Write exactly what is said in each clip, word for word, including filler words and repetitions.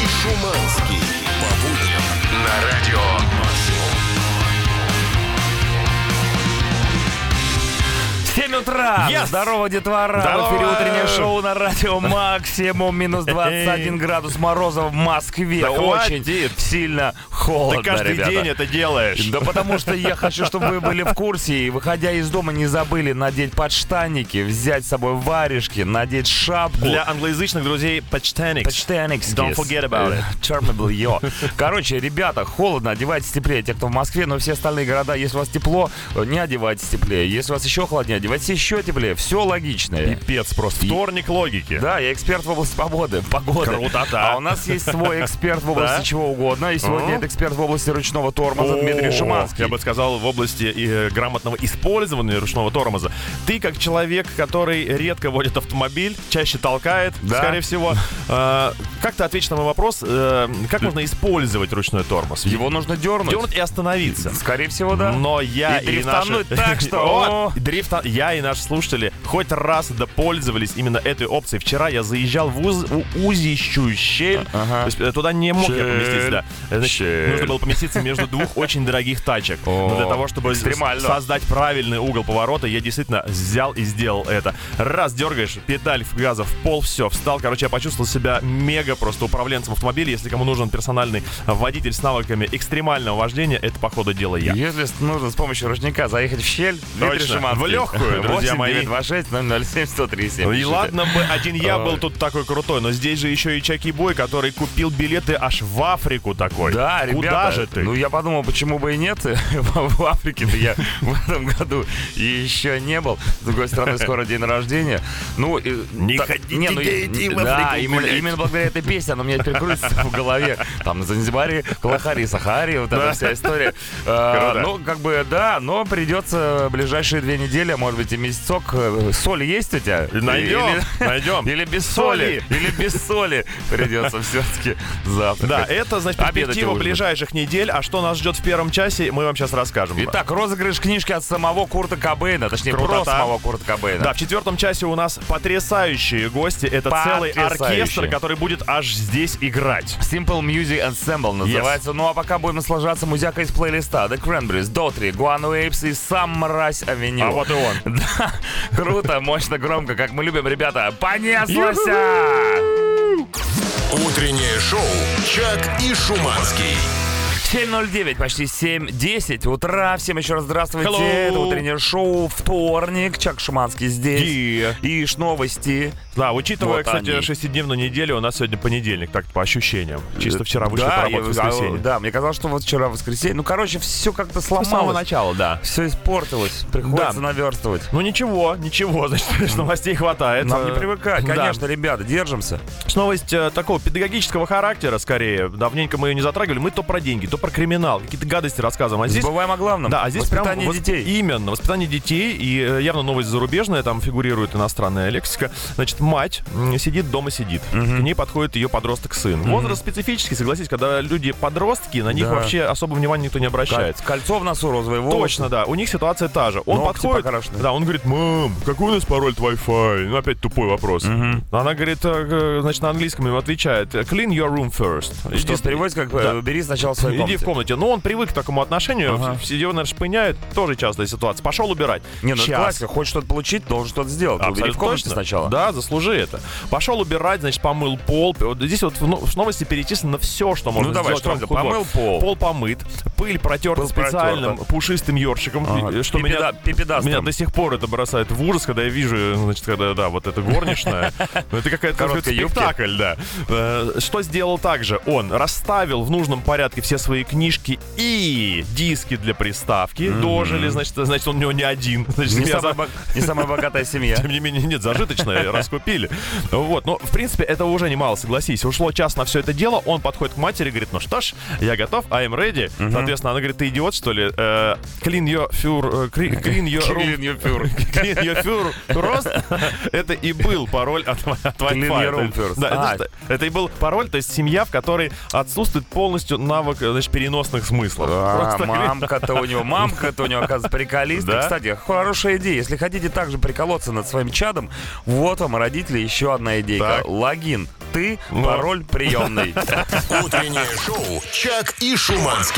Шуманский. По будням на радио Максимум. семь утра. Yes. Здорово, детвора. Здорово. В эфире утреннее шоу на радио Максимум. Минус двадцать один градус мороза в Москве. Да Очень хватит. сильно холодно, Ты каждый ребята. день это делаешь. Да потому что я хочу, чтобы вы были в курсе и, выходя из дома, не забыли надеть подштанники, взять с собой варежки, надеть шапку. Для англоязычных друзей подштаникс. Подштаникс. Don't forget about it. Terminal yo. Короче, ребята, холодно, одевайтесь теплее. Те, кто в Москве, но все остальные города, если у вас тепло, не одевайтесь теплее. Если у вас еще холоднее, одевайтесь еще теплее. Все логичное. Пипец просто. Вторник логики. Да, я эксперт в области погоды. Погоды. Крутота. А у нас есть свой эксперт в области Да? чего угодно. И сегодня О. это эксперт в области ручного тормоза Дмитрий О, Шуманский. Я бы сказал, в области э, грамотного использования ручного тормоза. Ты, как человек, который редко водит автомобиль, чаще толкает, Да. скорее всего, э, как ты ответишь на мой вопрос, э, как можно использовать ручной тормоз? Его нужно дернуть. Дернуть и остановиться. Скорее всего, да. Но я И и, дрифтануть наши... так, что- О, дрифта... Я и наши слушатели хоть раз да пользовались именно этой опцией. Вчера я заезжал в уз... у- узищую щель. Ага. То есть э, туда не мог я Щель. поместиться. Да. Значит, Щель. нужно было поместиться между двух очень дорогих тачек. О, Но для того, чтобы экстремально. с- создать правильный угол поворота, я действительно взял и сделал это. Раз дергаешь педаль в газа в пол, все, встал. Короче, я почувствовал себя мега просто управленцем автомобиля. Если кому нужен персональный водитель с навыками экстремального вождения, это, по ходу дела, я. Если нужно с помощью ручника заехать в щель, Дмитрий Точно. Шуманский. В легкую, друзья мои. восемь девятьсот двадцать шесть ноль ноль семь сто три семь. И ладно бы один я был Ой. тут такой крутой, но здесь же еще и Чаки Бой, который купил билеты аж в Африку такой. Да, Куда ребята, же ты? ну я подумал, почему бы и нет. В Африке-то я в этом году и еще не был. С другой стороны, скоро день рождения. Ну, и- Не та- хотите не, ну, идти в Да, Африку именно, гулять. именно благодаря этой песне она у меня теперь крутится в голове. Там на Занзибаре, Калахари, Сахари, вот эта вся история. А, Круто. Ну, как бы, да, но придется ближайшие две недели, а может быть и месяцок. Э, Соль есть у тебя? Найдем, Или- найдем. Или без Соли. соли. Или без соли придется все-таки завтра. Да, это, значит, Обедать и перспектива ужинать. ближайших недель. А что нас ждет в первом часе, мы вам сейчас расскажем. Итак, розыгрыш книжки от самого Курта Кобейна, точнее, Крутота. про самого Курта Кобейна. Да, в четвертом часе у нас потрясающие гости. Это целый Потрясающие. оркестр, который будет аж здесь играть. Simple Music Ensemble называется. Ну а пока будем наслаждаться музыкой из плейлиста The Cranberries, Daughtry, Guano Apes и Sunrise Avenue. А вот и он. Да, круто, мощно, громко, как мы любим, ребята. Понеслось! Утреннее шоу «Чак и Шуманский». семь ноль девять, почти семь десять утра. Всем еще раз здравствуйте. Hello. Это утреннее шоу, вторник. Чак Шуманский здесь. Yeah. Иш новости. Да, учитывая, Вот кстати, они. шестидневную неделю, у нас сегодня понедельник, так по ощущениям. Чисто вчера вышли Да, поработать в я- воскресенье. а, Да, мне казалось, что вот вчера воскресенье. Ну, короче, все как-то С самого сломалось. начала, да. Все испортилось. Приходится Да. наверстывать. Ну ничего, ничего, значит, новостей хватает. Нам не Э, привыкать, да. конечно, ребята, держимся. Новость э, такого педагогического характера, скорее. Давненько мы ее не затрагивали. Мы то про деньги, то про криминал, какие-то гадости рассказываем. А здесь... Забываем о главном. Да, а здесь прям воспитание восп- детей. Именно, воспитание детей. И э, явно новость зарубежная, там фигурирует иностранная лексика. Значит, мать м, сидит, дома сидит. К ней подходит ее подросток-сын. Возраст специфический, согласись, когда люди подростки, на них Да. вообще особо внимания никто не обращает. Коль- Кольцо в носу, розовые волосы. Точно, да. У них ситуация та же. Он Ногти подходит, покрашены. да, он говорит: мам, какой у нас пароль от Wi-Fi? Ну, опять тупой вопрос. Она говорит, э, значит, на английском ему отвечает: clean your room first. Что Иди- переводится как Да. э, бери сначала в своей Иди комнате. в комнате. Ну, он привык к такому отношению. Ага. Все его, наверное, шпыняют. Тоже частая ситуация. Пошел убирать. Не, ну это Час. классика. Хочешь что-то получить, должен что-то сделать. Ты убери в Абсолютно комнате точно. сначала. Да, заслужи это. Пошел убирать, значит, помыл пол. Вот здесь вот в но- в новости перечислено все, что можно Ну, давай, сделать. что кроме это? художества. Помыл пол. Пол помыт. Пыль протерта Пыль специальным протерта. пушистым ёршиком. Ага. И- Что меня, Пипеда- пипедастром. меня до сих пор это бросает в ужас, когда я вижу, значит, когда, да, вот это горничная. Ну, это какая-то Короткой какой-то юбке. спектакль, да. Э, Что сделал также? Он расставил в нужном порядке все свои книжки и диски для приставки. Дожили, значит, значит, он у него не один. Значит, Не я самая, за- бо- не самая богатая семья. тем не менее, нет, зажиточное, раскупили. Вот, но, в принципе, этого уже немало, согласись. Ушло час на все это дело, он подходит к матери и говорит: ну что ж, я готов, I'm ready. Соответственно, она говорит: ты идиот, что ли? Э, Clean your fur, э, cre- clean your room. Clean your fur. Clean your fur first. Это и был пароль от, от Wi-Fi. Clean your room first. Да, А. это, что- это и был пароль, то есть семья, в которой отсутствует полностью навык, значит, переносных смыслов. А, Просто, говорит, мамка-то у него, мамка-то у него, оказывается, приколист. Да? Кстати, хорошая идея. Если хотите также приколоться над своим чадом, вот вам, родители, еще одна идейка. Так. Логин. ты, пароль приемный. Утреннее шоу «Чак и Шуманский».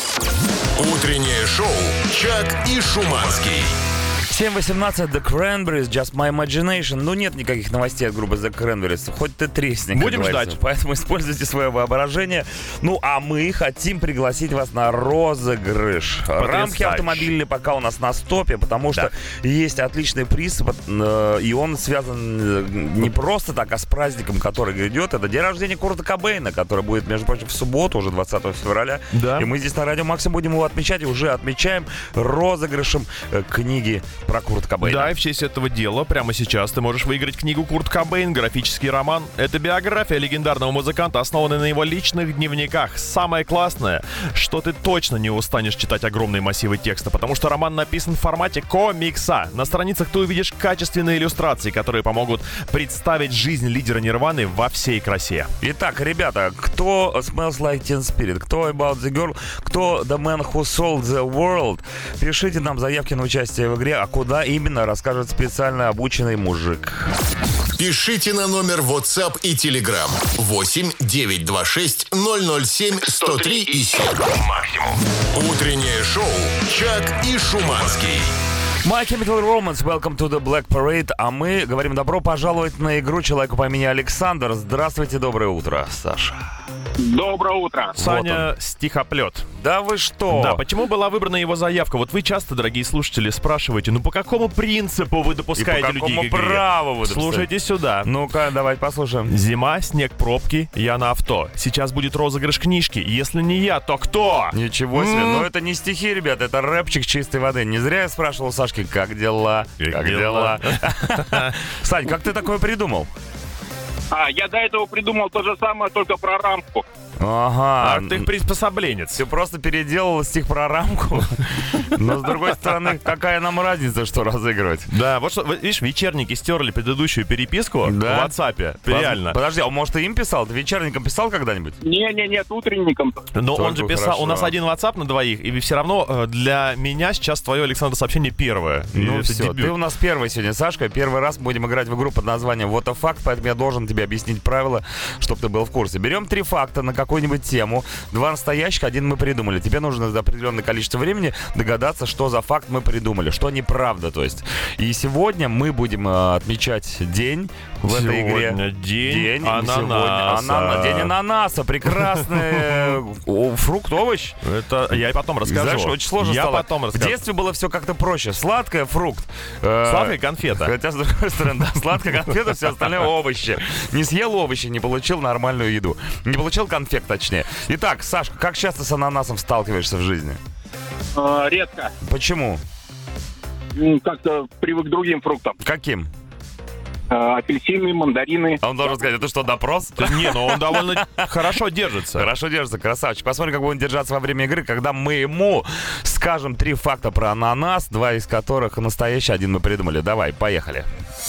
Утреннее шоу «Чак и Шуманский». семь восемнадцать The Cranberries, Just My Imagination. Ну, нет никаких новостей от группы The Cranberries. Хоть ты тресни, как Будем говорится. ждать. Поэтому используйте свое воображение. Ну, а мы хотим пригласить вас на розыгрыш. Рамки автомобильные пока у нас на стопе, потому что да. есть отличный приз, и он связан не просто так, а с праздником, который грядет. Это день рождения Курта Кобейна, который будет, между прочим, в субботу, уже двадцатого февраля. Да. И мы здесь на Радио Максимум будем его отмечать, и уже отмечаем розыгрышем книги про Курта Кобейна. Да, и в честь этого дела прямо сейчас ты можешь выиграть книгу «Курт Кобейн», графический роман. Это биография легендарного музыканта, основанная на его личных дневниках. Самое классное, что ты точно не устанешь читать огромные массивы текста, потому что роман написан в формате комикса. На страницах ты увидишь качественные иллюстрации, которые помогут представить жизнь лидера Нирваны во всей красе. Итак, ребята, кто Smells Like Teen Spirit, кто About the Girl, кто The Man Who Sold the World, пишите нам заявки на участие в игре, а куда именно, расскажет специально обученный мужик. Пишите на номер WhatsApp и Telegram восемь девятьсот двадцать шесть ноль ноль семь сто три и семь. Максимум. Утреннее шоу «Чак и Шуманский». My Chemical Romance, welcome to the Black Parade. А мы говорим добро пожаловать на игру человеку по имени Александр. Здравствуйте, доброе утро, Саша. Доброе утро. Саня, вот стихоплет. Да вы что? Да, почему была выбрана его заявка? Вот вы часто, дорогие слушатели, спрашиваете, ну по какому принципу вы допускаете людей к игре? И по какому праву вы допускаете? Слушайте сюда. Ну-ка, давайте послушаем. Зима, снег, пробки, я на авто. Сейчас будет розыгрыш книжки. Если не я, то кто? Ничего себе. Mm. Но это не стихи, ребят, это рэпчик чистой воды. Не зря я спрашивал Сашки, как дела? Как, как дела? дела? Сань, как ты такое придумал? А, я до этого придумал то же самое, только про рамку. Ага. А ты приспособленец. Ты просто переделал стих про рамку. Но, с другой стороны, какая нам разница, что разыгрывать? Да, вот что, видишь, вечерники стерли предыдущую переписку да? в WhatsApp. Реально. Подожди, а может, ты им писал? Ты вечерником писал когда-нибудь? Не-не-нет, утренником. Но он же писал, хорошо. У нас один WhatsApp на двоих, и все равно для меня сейчас твое, Александр, сообщение первое. Ну все, ты у нас первый сегодня, Сашка. Первый раз будем играть в игру под названием «Вот a fact», поэтому я должен тебе объяснить правила, чтобы ты был в курсе. Берем три факта на какую-нибудь тему. Два настоящих, один мы придумали. Тебе нужно за определенное количество времени догадаться, что за факт мы придумали, что неправда, то есть. И сегодня мы будем э, отмечать день в сегодня этой игре. День, день ананаса. Анана, день ананаса. Прекрасный фрукт, овощ. Это я и потом расскажу. Знаешь, очень сложно я стало. потом расскажу. В детстве было все как-то проще. Сладкое, фрукт. Сладкая конфета. Хотя, с другой стороны, да, сладкая конфета, все остальное овощи. Не съел овощи, не получил нормальную еду. Не получил конфет, точнее. Итак, Сашка, как часто с ананасом сталкиваешься в жизни? А, редко. Почему? Как-то привык к другим фруктам. Каким? А, апельсины, мандарины. А он должен сказать, это что, допрос? Не, ну он довольно хорошо держится. Хорошо держится, красавчик. Посмотрим, как будет держаться во время игры, когда мы ему скажем три факта про ананас, два из которых настоящие, один мы придумали. Давай, поехали.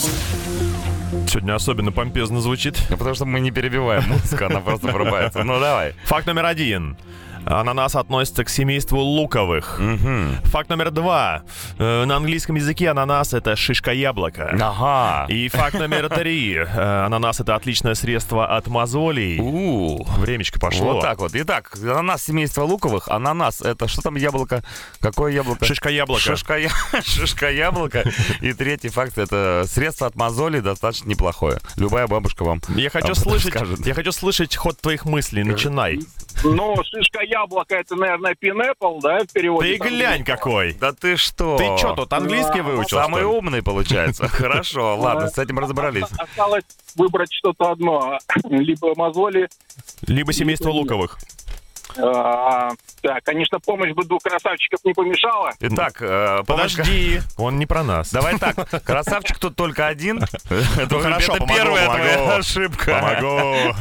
Сегодня особенно помпезно звучит. Потому что мы не перебиваем музыку, она просто врубается. Ну, давай. Факт номер один. Ананас относится к семейству луковых. Mm-hmm. Факт номер два. Э, на английском языке ананас — это шишка яблока. Ага. И факт номер три. Э, ананас — это отличное средство от мозолей. У-у-у. Времечко пошло. Вот так вот. Итак, ананас семейства луковых. Ананас — это что там яблоко? Какое яблоко? Шишка яблока. Шишка, я... Шишка яблока. И третий факт — это средство от мозолей достаточно неплохое. Любая бабушка вам Я хочу слышать, я хочу слышать ход твоих мыслей. Начинай. Ну, шишка яблоко, это, наверное, pineapple, да, в переводе? Ты глянь какой. Да ты что? Ты что, тут английский выучил? Самый умный, получается. Хорошо, ладно, с этим разобрались. Осталось выбрать что-то одно. Либо мозоли, либо семейство луковых. А, так, конечно, помощь бы двух красавчиков не помешала. Итак, э, подожди, помощь... он не про нас. Давай так, красавчик тут только один. Ну хорошо, это первая твоя ошибка. Помогу.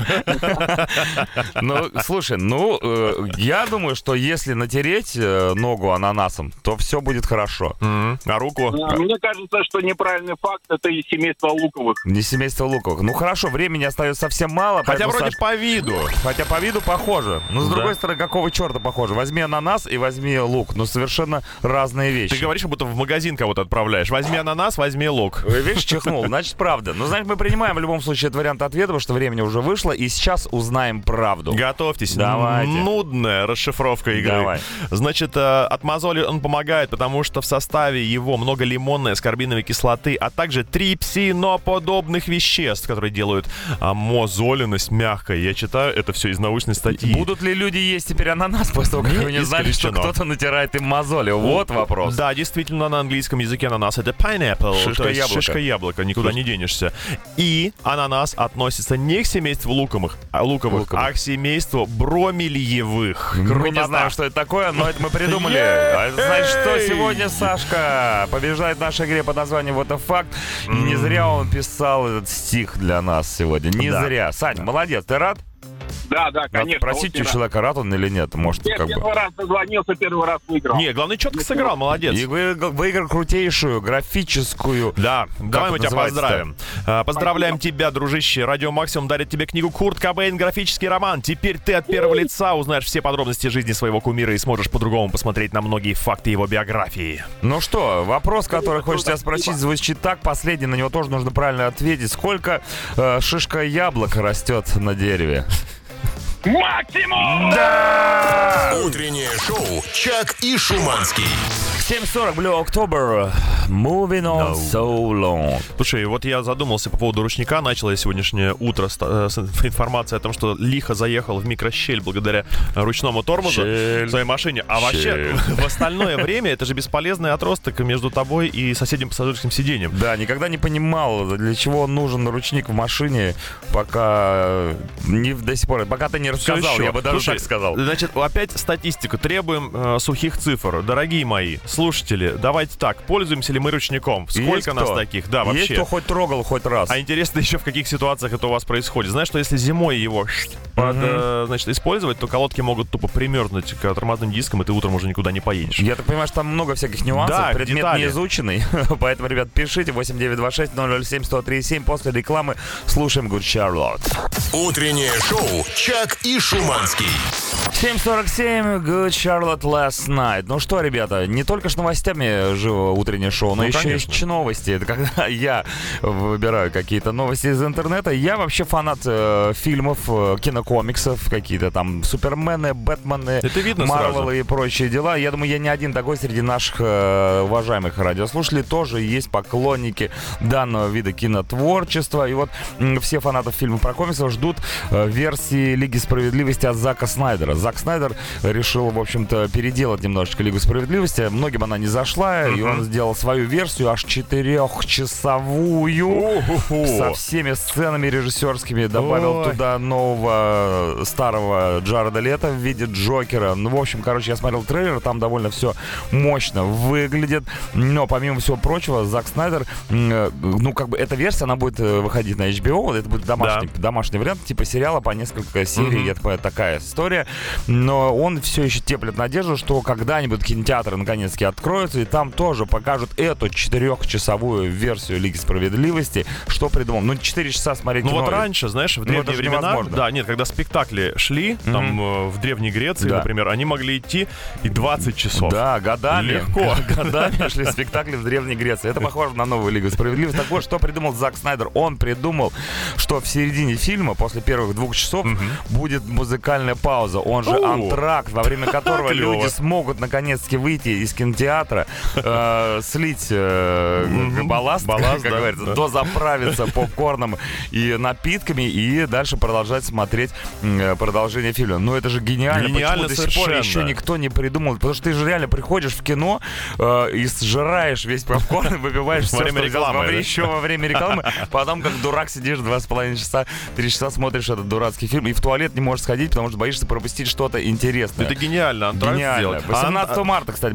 Ну, слушай, ну, я думаю, что если натереть ногу ананасом, то все будет хорошо. А руку? Мне кажется, что неправильный факт — это и семейство луковых. Не семейство луковых. Ну хорошо, времени остается совсем мало. Хотя вроде по виду. Хотя по виду похоже. Но с другой Сильвестр какого черта похожи? Возьми ананас и возьми лук. Ну, совершенно разные вещи. Ты говоришь, будто в магазин кого-то отправляешь. Возьми ананас, возьми лук. Видишь, чихнул. Значит, правда. Ну, значит, мы принимаем в любом случае этот вариант ответа, потому что времени уже вышло, и сейчас узнаем правду. Готовьтесь. Давайте. Нудная расшифровка игры. Давай. Значит, от мозоли он помогает, потому что в составе его много лимонной аскорбиновой кислоты, а также трипсиноподобных веществ, которые делают мозоленность мягкой. Я читаю это все из научной статьи. Будут ли люди есть теперь ананас после того, как Не они не знали, что кто-то натирает им мозоли? Вот вопрос. Да, действительно, на английском языке ананас — это pineapple, шишка то есть яблоко. шишка яблоко, никуда не денешься. И ананас относится не к семейству луковых, а, луковых, Луковых. а к семейству бромелиевых. Мы не знаем, что это такое, но это мы придумали. А это значит, что сегодня Сашка побеждает в нашей игре под названием «Вот это факт». И не зря он писал этот стих для нас сегодня. Не Да. зря. Сань, молодец, ты рад? Да, да, Надо конечно. спросить у очень человека, рад он или нет. Может, рад. Я как бы... первый раз дозвонился, первый раз выиграл. Не, главное, четко сыграл, молодец. И вы- выиграл крутейшую графическую... Да, давай мы это тебя называется-то? поздравим. А, Поздравляем тебя, дружище. Радио Максимум дарит тебе книгу «Курт Кобейн. Графический роман». Теперь ты от первого лица узнаешь все подробности жизни своего кумира и сможешь по-другому посмотреть на многие факты его биографии. Ну что, вопрос, который хочешь тебя спросить, звучит так. Последний, на него тоже нужно правильно ответить. Сколько э, шишка яблока растет на дереве? Максимум! Утреннее шоу «Чак и Шуманский». семь сорок Blue October. Moving on No. so long. Слушай, вот я задумался по поводу ручника. Начало я сегодняшнее утро с, э, с информацией о том, что лихо заехал в микрощель благодаря ручному тормозу Щель. в своей машине. А вообще, Щель. в остальное время это же бесполезный отросток между тобой и соседним пассажирским сиденьем. Да, никогда не понимал, для чего нужен ручник в машине, пока не до сих пор, пока ты не Всё рассказал, ещё. я бы даже Слушай, так сказал. Значит, опять статистика. Требуем э, сухих цифр. Дорогие мои слушатели, давайте так. Пользуемся ли мы ручником? Сколько Есть нас кто? таких? Да, Есть вообще. кто хоть трогал хоть раз. А интересно еще, в каких ситуациях это у вас происходит. Знаешь, что если зимой его под, э, значит, использовать, то колодки могут тупо примерзнуть к тормозным дискам, и ты утром уже никуда не поедешь. Я так понимаю, что там много всяких нюансов, Да, предмет детали. не изученный. Поэтому, ребят, пишите восемь девятьсот двадцать шесть ноль ноль семь сто три семь. После рекламы слушаем Good Charlotte. Утреннее шоу «Чак и Шуманский». семь сорок семь, Good Charlotte Last Night. Ну что, ребята, не только с новостями живо утреннее шоу, но Ну, еще конечно. есть новости. Это когда я выбираю какие-то новости из интернета. Я вообще фанат э, фильмов, э, кинокомиксов, какие-то там Супермены, Бэтмены, Это видно Марвелы сразу. и прочие дела. Я думаю, я не один такой среди наших э, уважаемых радиослушателей. Тоже есть поклонники данного вида кинотворчества. И вот м, все фанаты фильмов про комиксов ждут э, версии Лиги Справедливости от Зака Снайдера. Зак Снайдер решил, в общем-то, переделать немножечко Лигу Справедливости. Многим она не зашла, и он сделал свою версию, аж четырехчасовую, со всеми сценами режиссерскими. Добавил Ой. туда нового старого Джареда Лето в виде Джокера. Ну, в общем, короче, я смотрел трейлер, там довольно все мощно выглядит. Но, помимо всего прочего, Зак Снайдер, м, ну, как бы, эта версия, она будет э, выходить на эйч би о. Это будет домашний, домашний вариант, типа сериала по несколько серий. Мгм. Я так понимаю, такая история. Но он все еще теплит надежду, что когда-нибудь кинотеатры наконец-таки откроются, и там тоже покажут эту четырехчасовую версию Лиги Справедливости. Что придумал? Ну, четыре часа смотреть Ну кино. вот раньше, знаешь, в Ну, древние это же времена, невозможно. да, нет, когда спектакли шли, там э, в Древней Греции, Да. например, они могли идти и двадцать часов. Да, годами. Легко. Годами шли спектакли в Древней Греции. Это похоже на новую Лигу Справедливости. Так вот, что придумал Зак Снайдер? Он придумал, что в середине фильма, после первых двух часов, будет музыкальная пауза. Он же О. антракт, во время которого Клево. люди смогут наконец-таки выйти из кинотеатра, э, слить э, Мгм. балласт, Балласт, как да, говорится, да. дозаправиться попкорном и напитками, и дальше продолжать смотреть м, продолжение фильма. Ну, это же гениально. Гениально Почему до сих пор совершенно. еще никто не придумал? Потому что ты же реально приходишь в кино э, и сжираешь весь попкорн, выпиваешь все, Во время что взял рекламы, во время- да? еще во время рекламы. Потом, как дурак, сидишь два с половиной часа, три часа смотришь этот дурацкий фильм, и в туалет не можешь сходить, потому что боишься пропустить что-то интересное. Это гениально, антракт Гениально. сделать. А восемнадцатого марта, кстати, будет премьера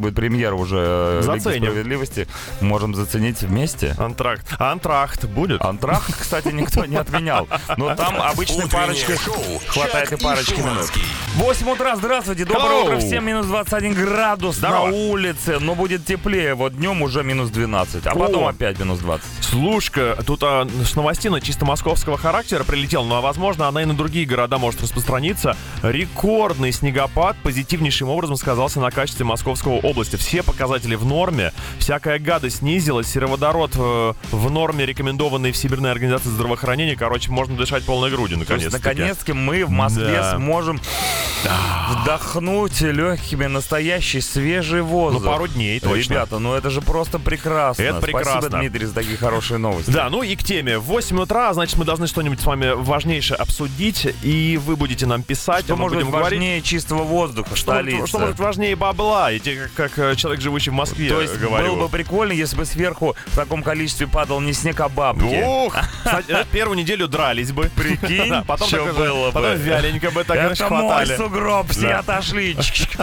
премьеру уже Заценим. Лиги Справедливости. Можем заценить вместе. Антракт. А антрахт будет? Антракт, кстати, никто не отменял. Но там обычной парочкой хватает и парочки минут. восемь утра, здравствуйте, доброе Hello. утро всем, минус двадцать один градус Здорово. на улице, но будет теплее, вот днем уже минус двенадцать, а потом О. опять минус двадцать. Слушка, тут а, с новостина чисто московского характера прилетела, но, возможно, она и на другие города может распространиться. Рекордный снегопад позитивнейшим образом сказался на качестве Московской области. Все показатели в норме, всякая гадость снизилась, сероводород э, в норме, рекомендованный Всемирной организацией здравоохранения. Короче, можно дышать полной грудью, То есть, наконец-таки. наконец-таки мы в Москве Да. сможем вдохнуть легкими настоящий свежий воздух. Ну, пару дней, точно. Ребята, ну это же просто прекрасно. Это прекрасно. Спасибо, Дмитрий, за такие хорошие новости. Да, ну и к теме. В восемь утра, значит, мы должны что-нибудь с вами важнейшее обсудить, и вы будете нам писать, Что а мы может будем быть говорить. важнее чистого воздуха в Что, столице? что может важнее бабла, и те, как, как э, человек, живущий в Москве, То есть говорю. было бы прикольно, если бы сверху в таком количестве падал не снег, а бабки. Ух! Кстати, э, первую неделю дрались бы. Прикинь, Да, потом что так, было бы. Потом вяленько бы так, знаешь, Это мой хватали. сугроб, все Да. отошли.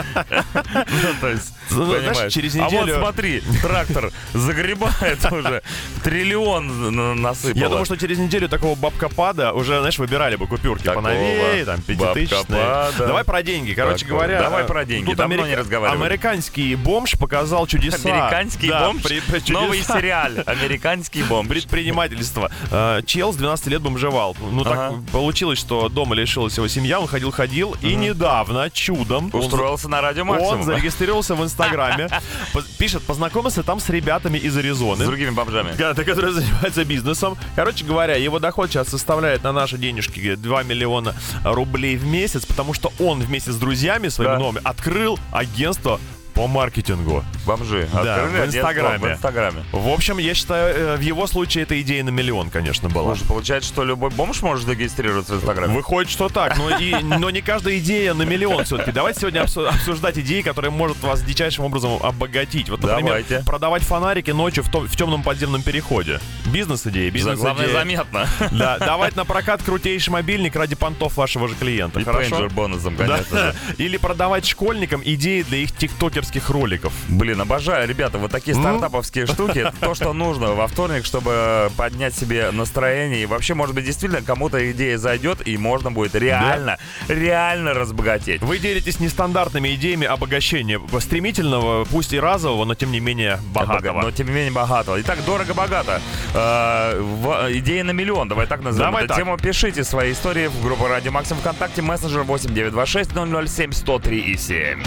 Ну, то есть, Ну, знаешь, понимаешь. через А вот неделю- смотри, трактор загребает уже, триллион н- насыпало. Я думаю, что через неделю такого бабкопада уже, знаешь, выбирали бы купюрки Такого поновее, там, пятитысячные. бабкопада. Давай про деньги. Короче Такого. говоря... Давай э, про деньги. тут Давно америка- не разговаривали. Американский бомж показал чудеса. Американский Да, бомж? при- при- чудеса. Новый сериал. Американский бомж. Предпринимательство. Э, Чел с двенадцати лет бомжевал. Ну, так Ага. получилось, что дома лишилась его семья, он ходил-ходил, и недавно, чудом, он Устроился на радио Он Максимум. зарегистрировался в Инстаграме. По- Пишет, познакомился там с ребятами из С Аризоны, другими бомжами. га- которые занимаются бизнесом. Короче говоря, его доход сейчас составляет на наши денежки два миллиона рублей в месяц, потому что он вместе с друзьями своими Да. новыми открыл агентство по маркетингу. Бомжи. Да, Открыли в агентство Инстаграме. В Инстаграме. В общем, я считаю, э, в его случае эта идея на миллион, конечно, была. Слушай, получается, что любой бомж может зарегистрироваться в Инстаграме? Выходит, что так, но, и, но не каждая идея на миллион все-таки. Давайте сегодня обсу- обсуждать идеи, которые могут вас дичайшим образом обогатить. Вот, например, Давайте. продавать фонарики ночью в, том- в темном подземном переходе. Бизнес-идеи, Главное, бизнес-идеи. заметно. Да, давать на прокат крутейший мобильник ради понтов вашего же клиента. И Хорошо? пейнджер бонусом, Да. конечно же. Или продавать школьникам идеи для их тиктокерских роликов. Блин, обожаю, ребята, вот такие М? стартаповские штуки. Это то, что нужно во вторник, чтобы поднять себе настроение. И вообще, может быть, действительно кому-то идея зайдет, и можно будет реально, реально разбогатеть. Вы делитесь нестандартными идеями обогащения. Стремительного, пусть и разового, но тем не менее богатого. Но тем не менее богатого. Итак, дорого-богато. Э, в- идея на миллион. Давай так назовем Давай эту так. тему. Пишите свои истории в группу Радио Максимум ВКонтакте, мессенджер восемь девятьсот двадцать шесть ноль ноль семь сто три и семь.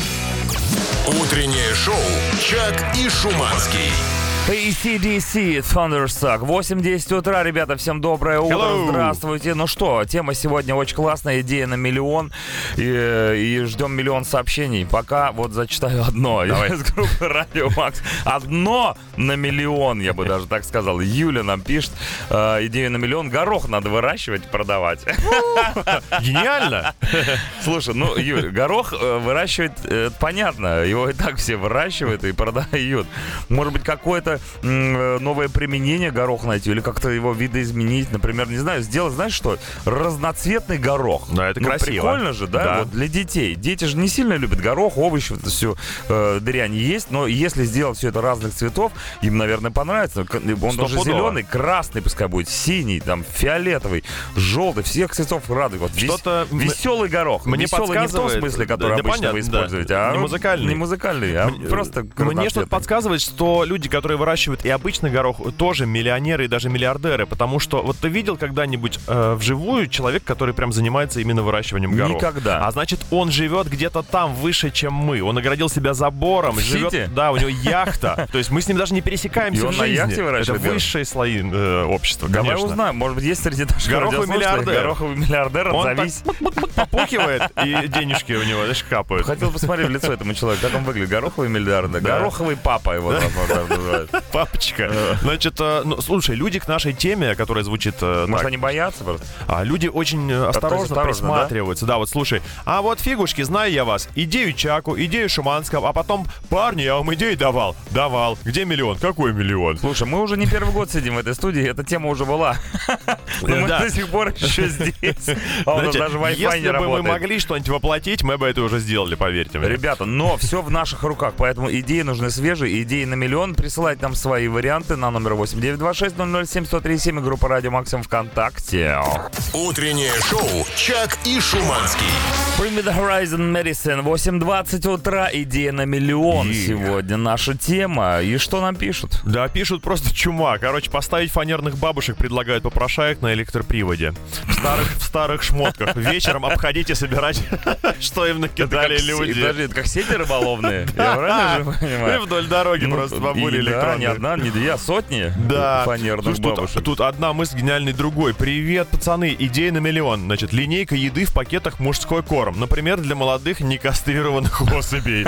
Утреннее шоу «Чак и Шуманский». эй си ди си, Thunderstruck. восемь десять утра, ребята, всем доброе утро, Hello. здравствуйте. Ну что, тема сегодня очень классная, идея на миллион. И, и ждем миллион сообщений. Пока вот зачитаю одно. Из группы Радио Макс. Одно на миллион, я бы даже так сказал. Юля нам пишет, э, идею на миллион. Горох надо выращивать, продавать. Гениально! Слушай, ну, Юль, горох э, выращивать, э, понятно. Его и так все выращивают и продают. Может быть, какое-то м, новое применение гороха найти или как-то его видоизменить. Например, не знаю, сделать, знаешь что? Разноцветный горох. Да, это Ну, красиво. прикольно же, да? Да. Вот для детей. Дети же не сильно любят горох, овощи, вот это все э, дрянь есть. Но если сделать все это разных цветов, им, наверное, понравится. К- Он даже Стопудово. зеленый, красный пускай будет, синий, там, фиолетовый, желтый, всех цветов радует. Вот весь- Что-то м- веселый горох. мне Веселый не в том подсказывает- смысле, который да, обычно понятно, вы да. используете, а Не музыкальный. Не музыкальный, а Мне- просто Мне что-то разноцветный. подсказывает, что люди, которые выращивают и обычный горох, тоже миллионеры и даже миллиардеры. Потому что вот ты видел когда-нибудь э, вживую человек, который прям занимается именно выращиванием гороха? Никогда. А значит, он живет где-то там выше, чем мы. Он оградил себя забором. В живет, Сити? Да, у него яхта. То есть мы с ним даже не пересекаемся И он в на жизни. яхте выращивает Это горох? высшие слои э, общества, Давай конечно. узнаем, может быть, есть среди наших Гороховый радиослушателей миллиардер. гороховый миллиардер, Он так отзовись. попукивает, и денежки у него, знаешь, капают. Хотел посмотреть в лицо этому человеку, как он выглядит. Гороховый миллиардер. Да. Гороховый папа его, возможно, называют. Папочка. Значит, э, ну, слушай, люди к нашей теме, которая звучит э, Может, так, они боятся просто? а люди очень э, осторожно, осторожно, присматриваются. Да? вот слушай, а вот фигушки, знаю я вас, идею Чаку, идею Шуманского, а потом, парни, я вам идеи давал. Давал. Где миллион? Какой миллион? Слушай, мы уже не первый год сидим в этой студии, эта тема уже была. Но мы до сих пор еще здесь. А у нас даже Wi-Fi не работает. Если бы мы могли что-нибудь воплотить, мы бы это уже сделали, поверьте мне. Ребята, но все в наших руках, поэтому идеи нужны свежие, идеи на миллион. Присылайте нам свои варианты на номер восемь девятьсот двадцать шесть ноль ноль семь сто три семь и группа Радио Максимум ВКонтакте. Утреннее шоу «Чак и Шуманский». Bring me the horizon medicine. восемь двадцать утра. Идея на миллион. Yeah. Сегодня наша тема. И что нам пишут? Да, пишут просто чума. Короче, поставить фанерных бабушек предлагают попрошаек на электроприводе. В старых, в старых шмотках. Вечером обходите, собирать, что им накидали люди. Подожди, это как сети рыболовные? Я правильно же понимаю? И вдоль дороги просто бабули электронные. Не одна, не две, а сотни фанерных бабушек. Тут одна мысль гениальной другой. Привет, пацаны. Идея на миллион. Значит, линейка еды в пакетах мужской корм. Например, для молодых некастрированных особей.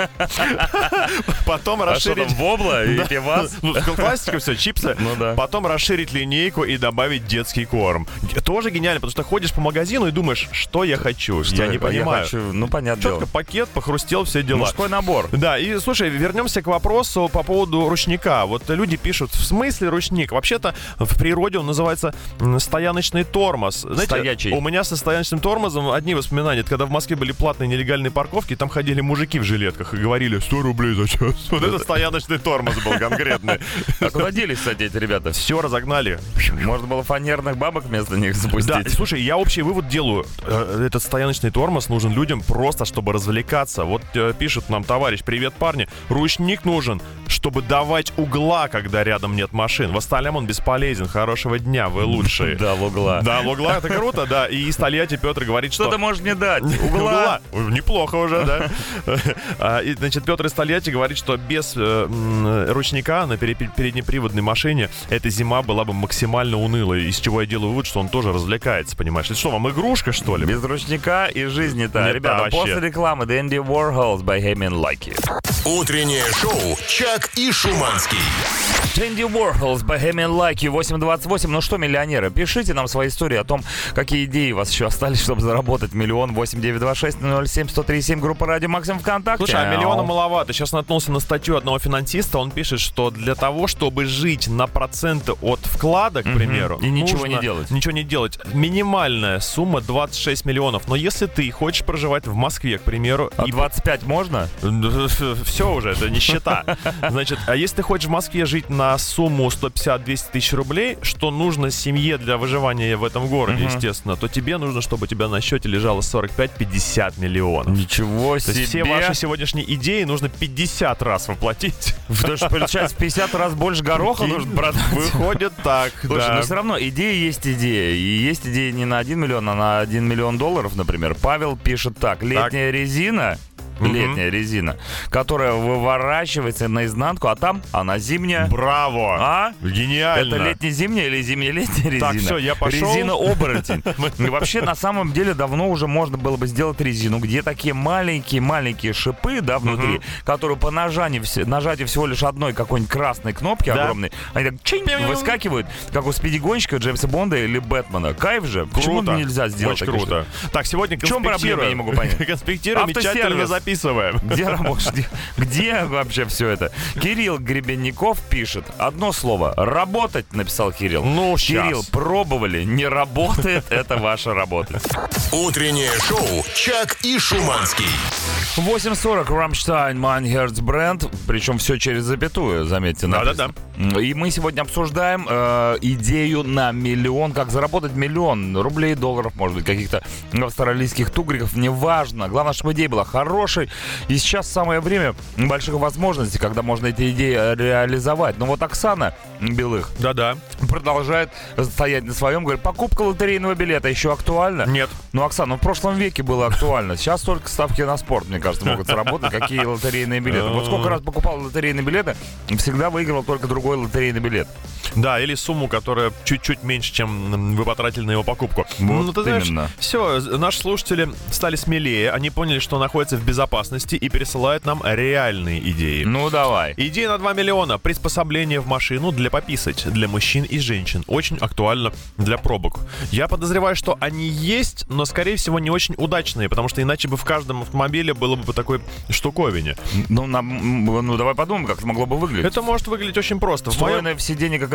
Потом расширить... А что там, вобла и пивас? Ну, классика все, чипсы. Ну да. Потом расширить линейку и добавить детский корм. Тоже гениально, потому что ходишь по магазину и думаешь, что я хочу. Что я не понимаю. Я хочу, ну, понятно. Четко дело. пакет, похрустел, все дела. Мужской набор. Да, и слушай, вернемся к вопросу по поводу ручника. Вот люди пишут, в смысле ручник? Вообще-то в природе он называется стояночный тормоз. Знаете, Стоячий. У меня со стояночным тормозом одни воспоминания. Это когда в Москве были платные нелегальные парковки, там ходили мужики в жилетках и говорили сто рублей за час. Вот это стояночный тормоз был конкретный. А куда делись, кстати, эти ребята? Все разогнали. Можно было фанерных бабок вместо них запустить. Да, слушай, я общий вывод делаю. Этот стояночный тормоз нужен людям просто, чтобы развлекаться. Вот пишет нам товарищ: привет, парни. Ручник нужен, чтобы давать угла, когда рядом нет машин. В остальном он бесполезен. Хорошего дня, вы лучшие. Да, в угла. Да, в угла, это круто, да. И из Тольятти Петр говорит, что... Что ты можешь мне дать? Угла? Неплохо уже, да. И, значит, Петр из Тольятти говорит, что без ручника на переднеприводной машине эта зима была бы максимально унылой. Из чего я делаю вывод, что он тоже развлекается, понимаешь? Это что, вам игрушка, что ли? Без ручника и жизни-то. Ребята, после рекламы The Andy Warhols by Bohemian Like It. Утреннее шоу «Чак и Шуманский». Энди Warhols, Bohemian Like It, восемь двадцать восемь. Ну что, миллионеры, пишите нам свои истории о том, какие идеи у вас еще остались, чтобы заработать миллион. Восемь девятьсот двадцать шесть ноль семь сто три семь, группа Радио Максимум ВКонтакте. Слушай, а миллиона маловато. Сейчас наткнулся на статью одного финансиста. Он пишет, что для того, чтобы жить на проценты от вклада, к примеру, и ничего не делать. Ничего не делать. Минимальная сумма двадцать шесть миллионов. Но если ты хочешь проживать в Москве, к примеру... А и двадцать пять можно? Все уже, это нищета. Значит, а если ты хочешь в Москве жить на сумму сто пятьдесят - двести тысяч рублей, что нужно семье для выживания в этом городе, uh-huh. естественно, то тебе нужно, чтобы у тебя на счете лежало сорок пять - пятьдесят миллионов. Ничего себе! То есть все ваши сегодняшние идеи нужно пятьдесят раз воплотить. Потому что, получается, в пятьдесят раз больше гороха нужно продать. Выходит так, Слушай, да. но все равно идея есть идея. И есть идея не на один миллион, а на один миллион долларов, например. Павел пишет так. Летняя так. резина... Летняя mm-hmm. резина, которая выворачивается наизнанку, а там она зимняя. Браво! А? Гениально! Это летне-зимняя или зимне-летняя резина? Так, все, я пошел. Резина-оборотень. И вообще, на самом деле, давно уже можно было бы сделать резину, где такие маленькие-маленькие шипы, да, внутри, которые по нажатию, нажатию всего лишь одной какой-нибудь красной кнопки да. огромной, они так чинь, выскакивают, как у спидигонщика Джеймса Бонда или Бэтмена. Кайф же. Круто. Почему нельзя сделать? Очень круто. Что? Так, сегодня конспектируем. В чем проблема, я не могу понять. Конспектируем и тщательно записываем. Где работаешь? Где, где вообще все это? Кирилл Гребенников пишет. Одно слово. Работать, написал Кирилл. Ну, Кирилл, сейчас. пробовали. Не работает. Это ваша работа. Утреннее шоу «Чак и Шуманский». восемь сорок. Рамштайн, Mein Herz brennt. Причем все через запятую, заметьте. Да-да-да. И мы сегодня обсуждаем э, идею на миллион. Как заработать миллион рублей, долларов, может быть, каких-то австралийских тугриков. Неважно. Главное, чтобы идея была хорошей. И сейчас самое время больших возможностей, когда можно эти идеи реализовать. Но вот Оксана Белых Да-да. продолжает стоять на своем. Говорит, покупка лотерейного билета еще актуальна? Нет. Ну, Оксана, ну в прошлом веке было актуально. Сейчас только ставки на спорт, мне кажется, могут сработать. Какие лотерейные билеты. Вот сколько раз покупал лотерейные билеты, всегда выигрывал только другой лотерейный билет. Да, или сумму, которая чуть-чуть меньше, чем вы потратили на его покупку. Вот ну, ты знаешь, именно. Все, наши слушатели стали смелее, они поняли, что находятся в безопасности и пересылают нам реальные идеи. Ну, давай. Идея на два миллиона. Приспособление в машину для пописать. Для мужчин и женщин. Очень актуально для пробок. Я подозреваю, что они есть, но, скорее всего, не очень удачные, потому что иначе бы в каждом автомобиле было бы по такой штуковине. Ну, нам, ну давай подумаем, как это могло бы выглядеть. Это может выглядеть очень просто. Встроенная в, моем... в сиденье какая-то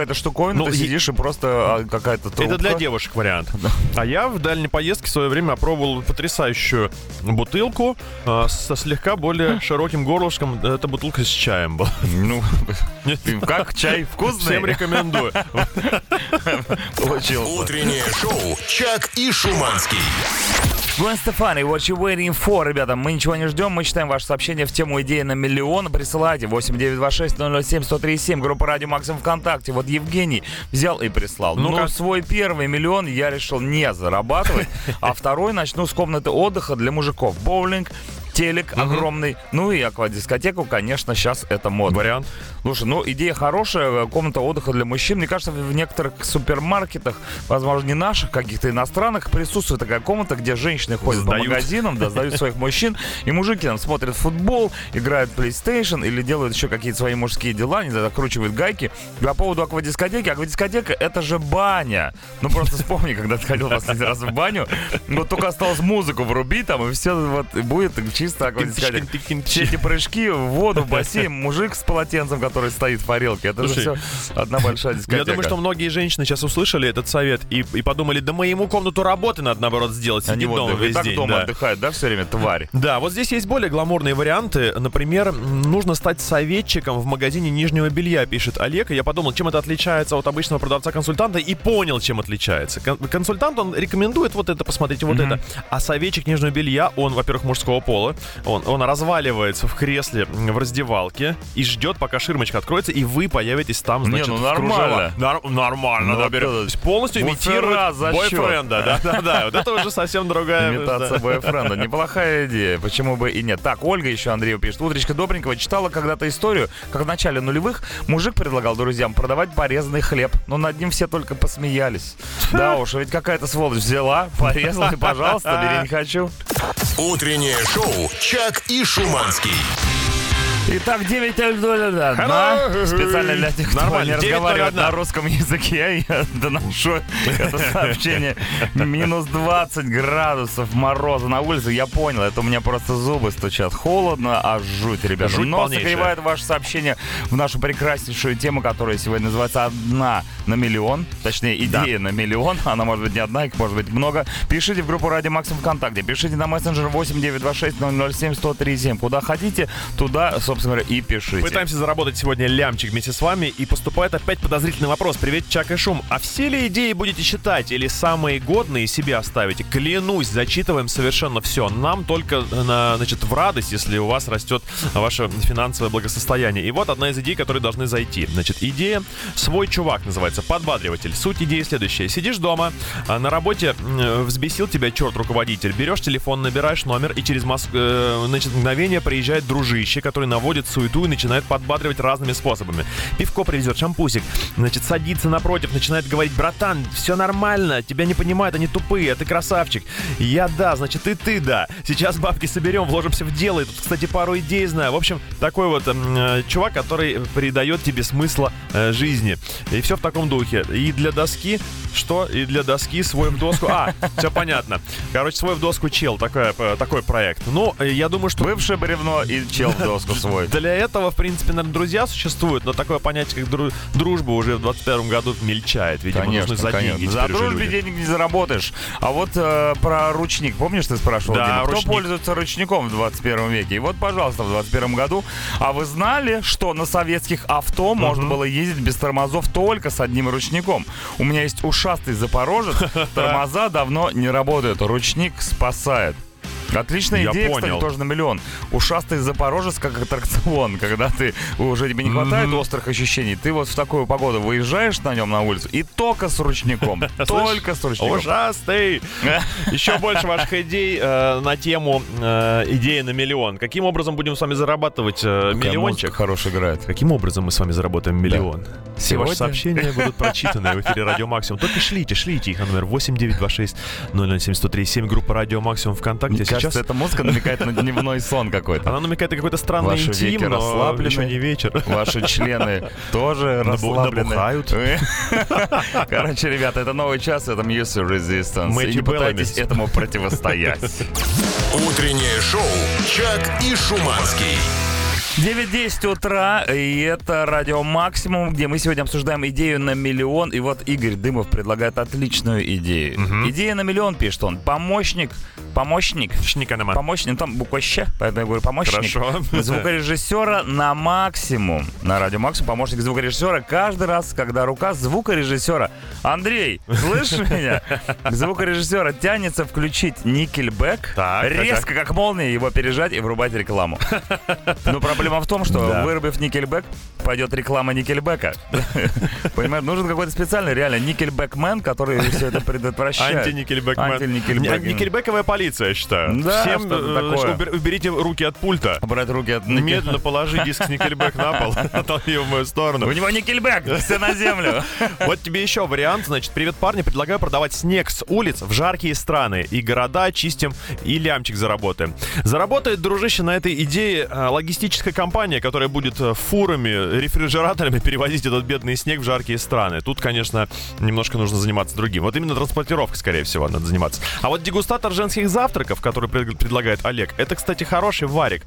какая-то штуковина, Ну, ты и- сидишь и просто а, какая-то трубка. Это для девушек вариант. А я в дальней поездке в свое время опробовал потрясающую бутылку э, со слегка более широким горлышком. Это бутылка с чаем была. Ну, ты как, чай вкусный? Всем рекомендую. Получился. Утреннее шоу «Чак и Шуманский». Гвен Стефани, what you waiting for, ребята, мы ничего не ждем, мы читаем ваше сообщение в тему идеи на миллион, присылайте восемь девятьсот двадцать шесть ноль ноль семь сто три семь, группа Радио Максимум ВКонтакте. Вот Евгений взял и прислал. Ну, Ну-ка. свой первый миллион я решил не зарабатывать, а второй начну с комнаты отдыха для мужиков. Боулинг, телек огромный, ну и аквадискотеку, конечно, сейчас это модно. Вариант. Слушай, ну идея хорошая, комната отдыха для мужчин. Мне кажется, в некоторых супермаркетах, возможно, не наших, каких-то иностранных, присутствует такая комната, где женщины ходят Сдают. по магазинам, да, сдают своих мужчин, и мужики там смотрят футбол, играют в PlayStation или делают еще какие-то свои мужские дела, не знаю, закручивают гайки. По поводу аквадискотеки, аквадискотека — это же баня. Ну просто вспомни, когда ты ходил последний раз в баню, вот только осталось музыку врубить там, и все вот будет чисто аквадискотека. Все эти прыжки в воду, в бассейн, мужик с полотенцем, который стоит в парилке. Это Слушай, же все одна большая дискотека. Я думаю, что многие женщины сейчас услышали этот совет и, и подумали, да мы ему комнату работы надо, наоборот, сделать. Они Сидит вот дома и весь так день. дома Да. отдыхают, да, все время, тварь. Да, вот здесь есть более гламурные варианты. Например, нужно стать советчиком в магазине нижнего белья, пишет Олег. И я подумал, чем это отличается от обычного продавца-консультанта, и понял, чем отличается. Кон- Консультант, он рекомендует вот это, посмотрите, вот Мгм. это. А советчик нижнего белья, он, во-первых, мужского пола, он, он разваливается в кресле в раздевалке и ждет, пока ширмочка откроется, и вы появитесь там, Не, значит, ну в нормально. кружева. Нар- нормально, Ну, да, вот берем. это То есть полностью буфера имитирует за бойфренда. Да-да-да, вот это уже совсем другая... Имитация да. бойфренда. Неплохая идея. Почему бы и нет. Так, Ольга еще Андрею пишет. Утречка добренького. Читала когда-то историю, как в начале нулевых мужик предлагал друзьям продавать порезанный хлеб. Но над ним все только посмеялись. Да уж, ведь какая-то сволочь взяла, порезала и, пожалуйста, бери, не хочу. Утреннее шоу «Чак и Шуманский». Итак, девять ноль одна. Специально для тех, кто Нормально, не девять ноль разговаривает один. на русском языке, я доношу это сообщение. Минус двадцать градусов мороза на улице. Я понял, это у меня просто зубы стучат. Холодно, а жуть, ребята. Жуть Но полнейшая. согревает ваше сообщение в нашу прекраснейшую тему, которая сегодня называется «Одна на миллион». Точнее, идея на миллион. Она может быть не одна, их может быть много. Пишите в группу Радио Максимум ВКонтакте. Пишите на мессенджер восемь девятьсот двадцать шесть ноль ноль семь сто три семь. Куда хотите, туда, собственно говоря, и пишите. Пытаемся заработать сегодня лямчик вместе с вами, и поступает опять подозрительный вопрос. Привет, Чак и Шум. А все ли идеи будете читать или самые годные себе оставите? Клянусь, зачитываем совершенно все. Нам только, на, значит, в радость, если у вас растет ваше финансовое благосостояние. И вот одна из идей, которые должны зайти. Значит, идея «Свой чувак» называется, подбадриватель. Суть идеи следующая. Сидишь дома, а на работе э, взбесил тебя черт-руководитель. Берешь телефон, набираешь номер, и через мос- э, значит, мгновение приезжает дружище, который наводит суету и начинает подбадривать разными способами. Пивко привезет, шампусик, значит, садится напротив, начинает говорить: братан, все нормально, тебя не понимают, они тупые, а ты красавчик. Я да, значит, и ты да. Сейчас бабки соберем, вложимся в дело, и тут, кстати, пару идей знаю. В общем, такой вот э, чувак, который придает тебе смысла э, жизни. И все в таком духе. И для доски, что? И для доски свой в доску. А, все понятно. Короче, свой в доску чел, такой, такой проект. Ну, я думаю, что... Бывшее бревно и чел в доску свой. Для этого, в принципе, наверное, друзья существуют, но такое понятие, как дру- дружба, уже в двадцать первом году мельчает. Видимо, Конечно, нужны за конечно. деньги За теперь уже дружбе люди. денег не заработаешь. А вот э, про ручник. Помнишь, ты спрашивал, Да, Дима, кто ручник. пользуется ручником в двадцать первом веке? И вот, пожалуйста, в двадцать первом году. А вы знали, что на советских авто можно было ездить без тормозов только с одним ручником? У меня есть ушастый запорожец. Тормоза давно не работают. Ручник спасает. Отличная Я идея, понял. кстати, тоже на миллион. Ушастый запорожец как аттракцион. Когда ты уже тебе не хватает Мгм. острых ощущений, ты вот в такую погоду выезжаешь на нем на улицу и только с ручником. Только с ручником. Ужасный! Еще больше ваших идей э, на тему э, идеи на миллион. Каким образом будем с вами зарабатывать э, миллиончик? Хороший играет. Каким образом мы с вами заработаем миллион? Все Сегодня? ваши сообщения будут прочитаны в эфире Радио Максимум. Только шлите, шлите их на номер восемь девятьсот двадцать шесть ноль ноль семь сто три семь, группа Радио Максимум ВКонтакте. Мне Сейчас кажется, эта музыка намекает на дневной сон какой-то. она намекает на какой-то странный Ваши интим, веки но расслаблены. еще не вечер. Ваши члены тоже Набу- расслаблены. набухают. Короче, ребята, это новый час, это Music Resistance. И Мэтью не пытайтесь Беллами. этому противостоять. Утреннее шоу «Чак и Шуманский». девять десять утра, и это радио «Максимум», где мы сегодня обсуждаем идею на миллион. И вот Игорь Дымов предлагает отличную идею. Угу. Идея на миллион, пишет он. Помощник, помощник, помощник, ну там буква «щ», поэтому я говорю помощник. Хорошо. Звукорежиссера на максимум. На радио «Максимум» помощник звукорежиссера каждый раз, когда рука звукорежиссера. Андрей, слышишь меня? Звукорежиссера тянется включить Nickelback, так, резко, так. как молния, его пережать и врубать рекламу. Но проблема в том, что, да. вырубив Nickelback, пойдет реклама Никельбека. Понимаешь, нужен какой-то специальный, реально, Никельбэкмен, который все это предотвращает. Анти-Никельбэкмен. Анти-Никельбэк. Никельбековая полиция, я считаю. Да, всем такое. Уберите руки от пульта. Убрать руки от... Медленно положи диск с Никельбэк на пол, отолкни в мою сторону. У него Никельбэк, все на землю. Вот тебе еще вариант. Значит, привет, парни, предлагаю продавать снег с улиц в жаркие страны. И города чистим, и лямчик заработаем. Заработает, дружище, на этой идее логистическая компания, которая будет фурами, рефрижераторами перевозить этот бедный снег в жаркие страны. Тут, конечно, немножко нужно заниматься другим. Вот именно транспортировкой, скорее всего, надо заниматься. А вот дегустатор женских завтраков, который пред- предлагает Олег, это, кстати, хороший варик.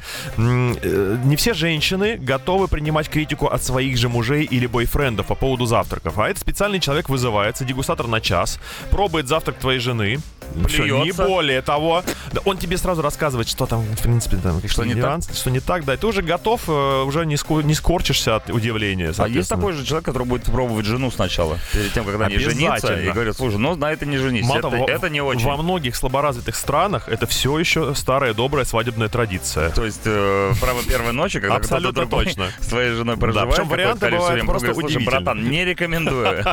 Не все женщины готовы принимать критику от своих же мужей или бойфрендов по поводу завтраков. А этот специальный человек вызывается, дегустатор на час, пробует завтрак твоей жены. Все, не более того. Да, он тебе сразу рассказывает, что там, в принципе, там, что, не нюансы, так? что не так. Да, и ты уже готов, э, уже не, ску- не скорчишься от удивления. А есть такой же человек, который будет пробовать жену сначала, перед тем, как они женятся, и говорит, слушай, ну на это не женись, это, во, это не очень. Во многих слаборазвитых странах это все еще старая добрая свадебная традиция. То есть э, право первой ночи, когда абсолютно кто-то точно с твоей женой проживает. Да, причем варианты бывают просто удивительные. Братан, не рекомендую.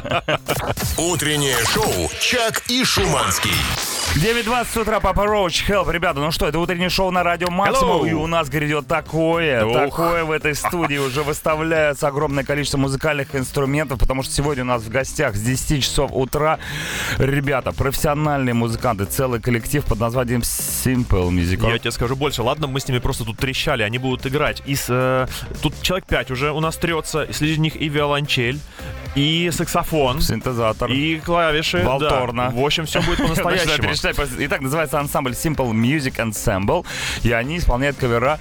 Утреннее шоу «Чак и Шуманский». девять двадцать утра, Папа Роуч, Help. Ребята, ну что, это утреннее шоу на радио «Максимум», и у нас грядет такое, Ух. такое в этой студии. Уже выставляется огромное количество музыкальных инструментов, потому что сегодня у нас в гостях с десяти часов утра ребята, профессиональные музыканты, целый коллектив под названием Simple Music. Я тебе скажу больше, ладно, мы с ними просто тут трещали, они будут играть. И с, э, тут человек пять уже у нас трется, и среди них и виолончель, и саксофон, синтезатор, и клавиши, валторна. Да. В общем, все будет по-настоящему. Итак, называется ансамбль Simple Music Ensemble, и они исполняют кавера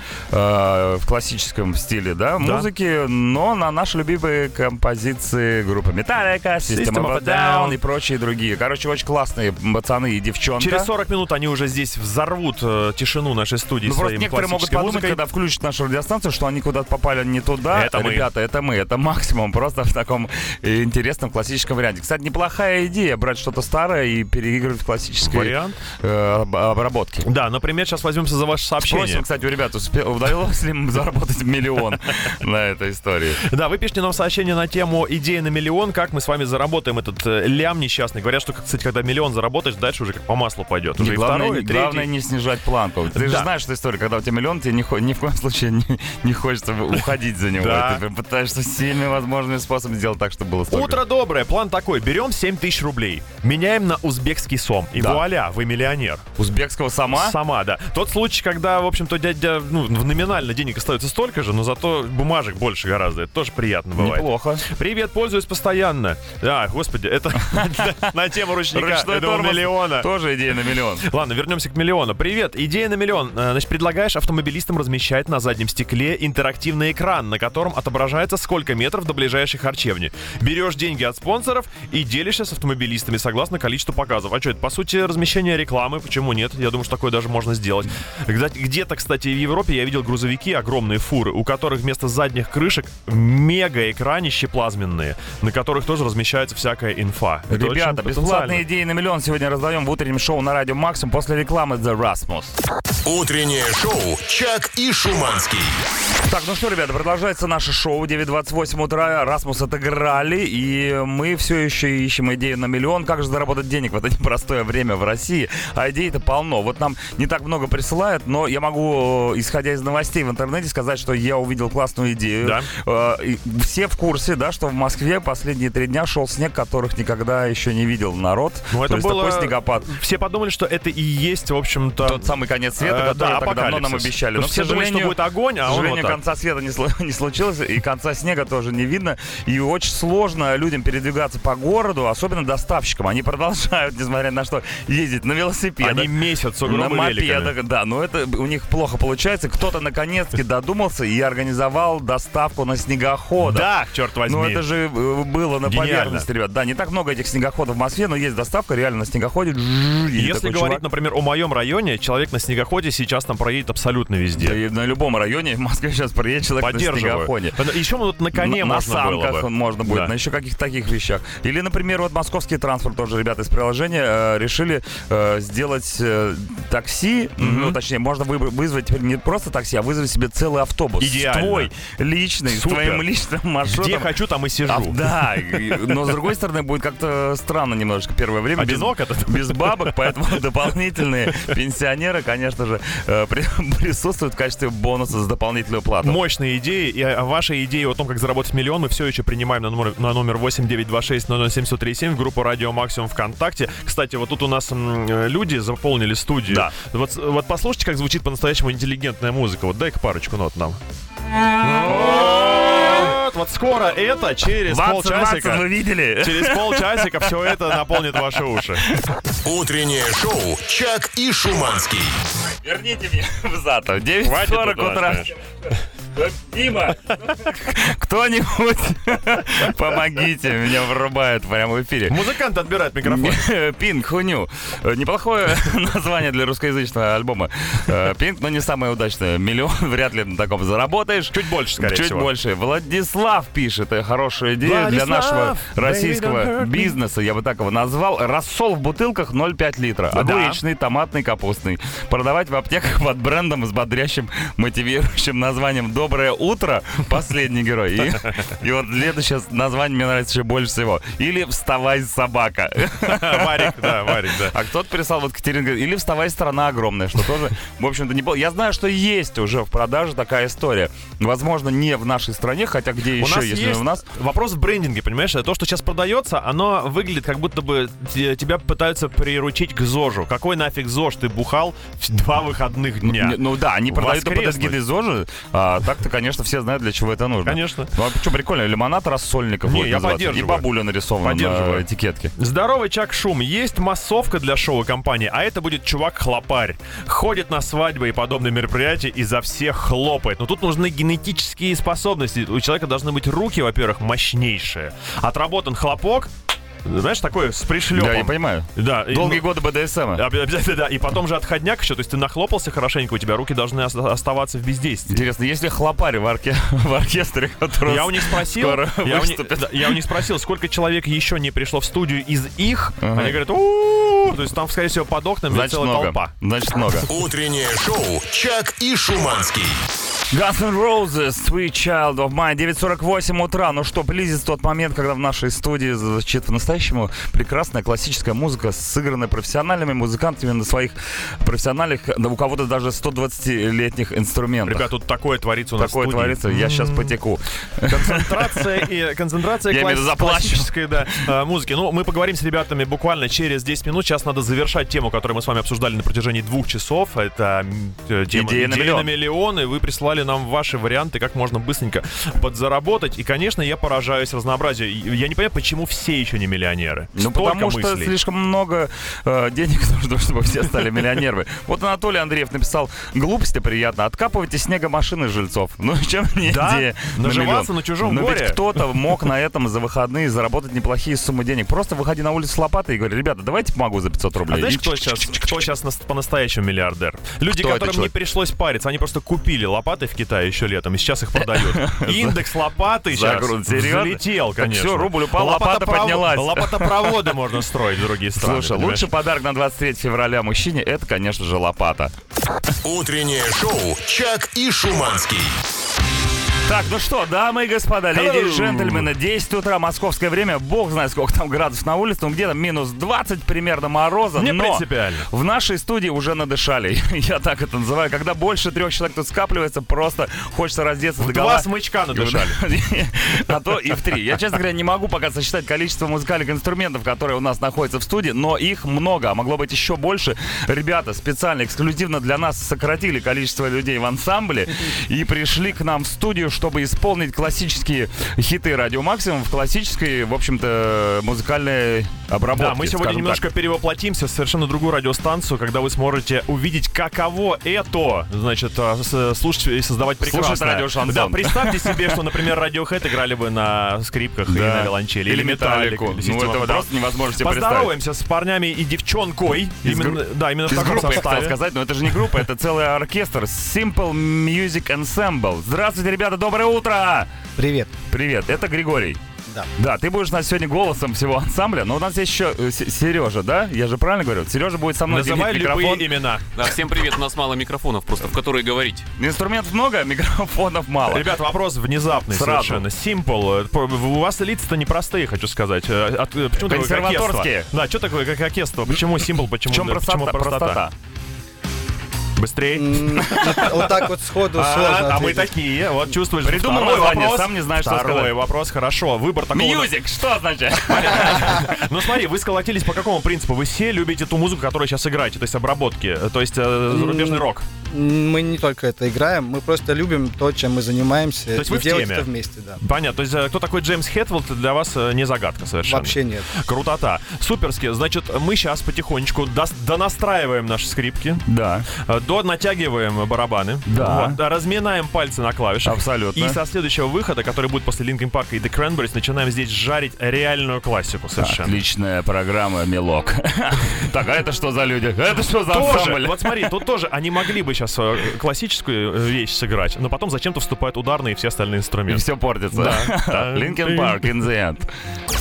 э, в классическом стиле, да, музыки, да. но на наши любимые композиции группы Metallica, System, System of a Down, Down и прочие другие. Короче, очень классные пацаны и девчонки. Через сорок минут они уже здесь взорвут э, тишину нашей студии. Ну, просто некоторые могут подумать, музыкой. когда включат нашу радиостанцию, что они куда-то попали не туда. Это Ребята, мы. это мы, это максимум, просто в таком интересном классическом варианте. Кстати, неплохая идея брать что-то старое и переигрывать в классической вариант э, обработке. Да, например, сейчас возьмемся за ваше сообщение. Спросим, кстати, у ребят, удалось ли им заработать миллион на этой истории. Да, вы пишите нам сообщение на тему идеи на миллион, как мы с вами заработаем этот э, лям несчастный. Говорят, что, кстати, когда миллион заработаешь, дальше уже как по маслу пойдет. Уже и и главное, второй, и главное не снижать планку. Ты да. же знаешь эту историю, когда у тебя миллион, тебе ни, ни в коем случае не, не хочется уходить за него. Да. Ты пытаешься всеми возможными способами сделать так, чтобы было столько. Утро доброе. План такой. Берем семь тысяч рублей, меняем на узбекский сом. И да. вуаля, вы миллионер. Узбекского сома? Сома, да. Тот случай, когда, в общем-то, дядя, ну, номинально денег остается столько же, но зато бумажек больше гораздо. Это тоже приятно бывает. Неплохо. Привет, пользуюсь постоянно. А, господи, это на тему ручника. Это миллиона. Тоже идея на миллион. Ладно, вернемся к миллиону. Привет, идея на миллион. Значит, предлагаешь автомобилистам размещать на заднем стекле интерактивный экран, на котором отображается, сколько метров до ближайшей харчевни. Берешь деньги от спонсоров и делишься с автомобилистами согласно количеству показов. А что, это, по сути, размещение рекламы? Почему нет? Я думаю, что такое даже можно сделать. Где-то, кстати, в Европе я видел грузовики, огромные фуры, у которых вместо задних крышек мега-экранище плазменные, на которых тоже размещается всякая инфа. Это ребята, бесплатные идеи на миллион сегодня раздаем в утреннем шоу на радио «Максимум» после рекламы The Rasmus. Утреннее шоу «Чак и Шуманский». Так, ну что, ребята, продолжается наше шоу. девять двадцать восемь утра, Расмус отыграли, и мы все еще ищем идею на миллион. Как же заработать денег в это непростое время в России? А идей-то полно. Вот нам не так много присылают, но я могу, исходя из новостей в интернете, сказать, что я увидел классную идею. Да. Все в курсе, да, что в Москве последние три дня шел снег, которых никогда еще не видел народ. Ну, это было... такой снегопад. Все подумали, что это и есть, в общем-то... Тот самый конец света, который да, так давно нам обещали. Но, к сожалению, думали, что будет огонь, а к сожалению, он вот конца света не, не случилось, и конца снега тоже не видно. И очень сложно людям передвигаться по городу, особенно доставщикам. Они продолжают, несмотря на что, ездить на велосипедах. Они месяц на мопедах, великами. да. Но это у них плохо получается. Кто-то наконец-таки додумался и организовал доставку на снегоходах. Да, черт возьми. Ну это же было на Гениально. поверхности, ребят. Да, не так много этих снегоходов в Москве, но есть доставка реально на снегоходе. Если говорить, чувак. например, о моем районе, человек на снегоходе сейчас там проедет абсолютно везде. Да и на любом районе в Москве сейчас проедет человек на снегоходе. Еще вот на коне на, можно на санках было бы. можно будет, да. на еще каких-то таких вещах. Или, например, вот московский транспорт тоже, ребята из приложения э, решили э, сделать э, такси, mm-hmm. ну, точнее, можно вы, вызвать теперь не просто такси, а вызвать себе целый автобус. Идеально. Твой личный, Супер. с твоим личным маршрутом. Где хочу, там и сижу. А, да, и, но с другой стороны будет как-то странно немножечко первое время. Одиноко без, без бабок, поэтому дополнительные пенсионеры, конечно же, э, при, присутствуют в качестве бонуса за дополнительную плату. Мощные идеи. И ваши идеи о том, как заработать миллион, мы все еще принимаем на номер, на номер восемь девятьсот двадцать шесть ноль ноль семь сто тридцать семь в группу Радио Максимум ВКонтакте. Кстати, вот тут у нас м, люди заполнили студию. Да. Вот, вот послушайте, как звучит по-настоящему интеллигентная музыка. Вот дай-ка парочку нот нам. Вот, вот скоро это через двадцать, полчасика. двадцать вы видели? Через полчасика все это наполнит ваши уши. Утреннее шоу «Чак и Шуманский». Верните мне взад. девять сорок утра. Дима, кто-нибудь помогите, меня врубают прямо в эфире. Музыкант отбирает микрофон. Пинк, хуню. Неплохое название для русскоязычного альбома. Пинк, но не самое удачное. Миллион вряд ли на таком заработаешь. Чуть больше, скорее Чуть всего. Чуть больше. Владислав пишет, это хорошая идея Владислав, для нашего российского baby, бизнеса, я бы так его назвал. Рассол в бутылках ноль целых пять литра. Да. Огуречный, томатный, капустный. Продавать в аптеках под брендом с бодрящим, мотивирующим названием «Доброе утро», последний герой. И, и вот следующее название мне нравится еще больше всего. Или «Вставай, собака». Варик, да, Варик, да. А кто-то прислал, вот Катерина говорит, или «Вставай, страна огромная», что тоже, в общем-то, не... Я знаю, что есть уже в продаже такая история. Возможно, не в нашей стране, хотя где У еще, нас если есть у нас... вопрос в брендинге, понимаешь? То, что сейчас продается, оно выглядит, как будто бы те- тебя пытаются приручить к ЗОЖу. Какой нафиг ЗОЖ? Ты бухал в два выходных дня. Ну, ну да, они продают под Воскреснуть. эгидой ЗОЖи, а так-то, конечно, все знают, для чего это нужно. Конечно. Ну, а что прикольно, лимонад рассольников Не, будет я называться. И поддерживаю. бабуля нарисована Поддерживаю. на этикетке. Здоровый Чак Шум. Есть массовка для шоу-компании, а это будет чувак-хлопарь. Ходит на свадьбы и подобные мероприятия и за всех хлопает. Но тут нужны генетические способности. У человека должны быть руки, во-первых, мощнейшие. Отработан хлопок, знаешь, такой с пришлепом. Да, я понимаю. Да, и- Долгие ну, годы бэ дэ эс эм. Обязательно, да. И потом же отходняк еще. То есть ты нахлопался хорошенько, у тебя руки должны ос- оставаться в бездействии. Интересно, есть ли хлопарь в, орке... в оркестре, который Я у них спросил, скоро я у, них, выступит? да, я у них спросил, сколько человек еще не пришло в студию из их. Ага. Они говорят, у То есть там, скорее всего, под окнами Значит, целая много. толпа. Значит, много. Утреннее шоу «Чак и Шуманский». Guns N' Roses, Sweet Child of Mine, девять сорок восемь утра. Ну что, близится тот момент, когда в нашей студии звучит по-настоящему прекрасная классическая музыка, сыгранная профессиональными музыкантами на своих профессиональных, да, у кого-то даже сто двадцатилетних инструментах. Ребят, тут такое творится у нас Такое в студии. творится, я сейчас потеку. Концентрация и концентрация Я имею в виду, класс- заплачу. классической да, э, музыки. Ну, мы поговорим с ребятами буквально через десять минут. Сейчас надо завершать тему, которую мы с вами обсуждали на протяжении двух часов. Это м, э, тема Идея на миллион. миллион. И вы прислали нам ваши варианты, как можно быстренько подзаработать. И, конечно, я поражаюсь разнообразию. И Я не понимаю, почему все еще не миллионеры. Ну, Столько потому что мыслей. слишком много э, денег нужно, чтобы все стали миллионерами. Вот Анатолий Андреев написал: глупости приятно, откапывайте снегомашины жильцов. Ну, чем не Да? идея Наживаться миллион? на чужом Но горе. ведь кто-то мог на этом за выходные заработать неплохие суммы денег. Просто выходи на улицу с лопатой и говори: ребята, давайте помогу за пятьсот рублей. А знаешь, И кто сейчас, кто сейчас нас- по-настоящему миллиардер? Люди, Кто это которым не человек? пришлось париться. Они просто купили лопаты в Китае еще летом, и сейчас их продают. Индекс лопаты За сейчас грудь. Серьезно? взлетел, Так конечно. всё, рубль упал, лопата Лопатопров- поднялась. Лопатопроводы можно строить в другие страны. Слушай, понимаешь? лучший подарок на двадцать третьего февраля мужчине — это, конечно же, лопата. Утреннее шоу «Чак и Шуманский». Так, ну что, дамы и господа, леди и джентльмены, десять утра, московское время, бог знает, сколько там градусов на улице, ну где-то минус двадцать примерно мороза, Не но принципиально. в нашей студии уже надышали, я так это называю, когда больше трех человек тут скапливается, просто хочется раздеться В догола. два смычка надышали. А то и в три. Я, честно говоря, не могу пока сосчитать количество музыкальных инструментов, которые у нас находятся в студии, но их много, а могло быть еще больше. Ребята специально, эксклюзивно для нас сократили количество людей в ансамбле и пришли к нам в студию, чтобы исполнить классические хиты Радио Максимум в классической, в общем-то, музыкальной обработке. Да, мы сегодня немножко так. перевоплотимся в совершенно другую радиостанцию, когда вы сможете увидеть, каково это, значит, слушать и создавать прекрасное. Слушать радиошансон. Да, представьте себе, что, например, Radiohead играли бы на скрипках да. или на виолончели, или, или металлику. Ну, это квадрат. просто невозможно себе представить. Поздороваемся с парнями и девчонкой. Именно, гру... Да, именно Из в таком группы, составе. я хотел сказать, но это же не группа, это целый оркестр. Simple Music Ensemble. Здравствуйте, ребята, доброе утро! Привет. Привет, это Григорий. Да. Да, ты будешь у нас сегодня голосом всего ансамбля, но у нас есть еще э, Сережа, да? Я же правильно говорю? Сережа будет со мной Называй делить микрофон. любые имена. Да, всем привет, у нас мало микрофонов просто, в которые говорить. Инструментов много, микрофонов мало. Ребят, вопрос внезапный Сразу. совершенно. Simple. У вас лица-то непростые, хочу сказать. От, почему такое консерваторские. Да, что такое как оркестр? Почему Simple? Почему, В чем да, простота? почему простота? простота? Быстрее. Вот так вот сходу А, сложно а мы ответить. такие, вот чувствуешь. Придумал Второй название, вопрос. сам не знаешь, что Второй сказать. вопрос, хорошо. Выбор такого... Мьюзик, что означает? Ну смотри, вы сколотились по какому принципу? Вы все любите ту музыку, которую сейчас играете, то есть обработки, то есть э, зарубежный рок. Мы не только это играем, мы просто любим то, чем мы занимаемся. То есть и вы в делать теме? это вместе, да. Понятно, то есть э, кто такой Джеймс Хэтфилд для вас э, не загадка совершенно. Вообще нет. Крутота. Суперски. Значит, мы сейчас потихонечку дос- донастраиваем наши скрипки, Да, э, до натягиваем барабаны, Да. вот, да, разминаем пальцы на клавишах. абсолютно. И со следующего выхода, который будет после Linkin Park и The Cranberries, начинаем здесь жарить реальную классику совершенно. Отличная программа, Милок. Так, а это что за люди? Это что за Тоже, ансамбль? вот смотри, тут тоже они могли бы сейчас э, классическую вещь сыграть, но потом зачем-то вступают ударные и все остальные И инструменты. все портится. Да. Linkin Park, in the end.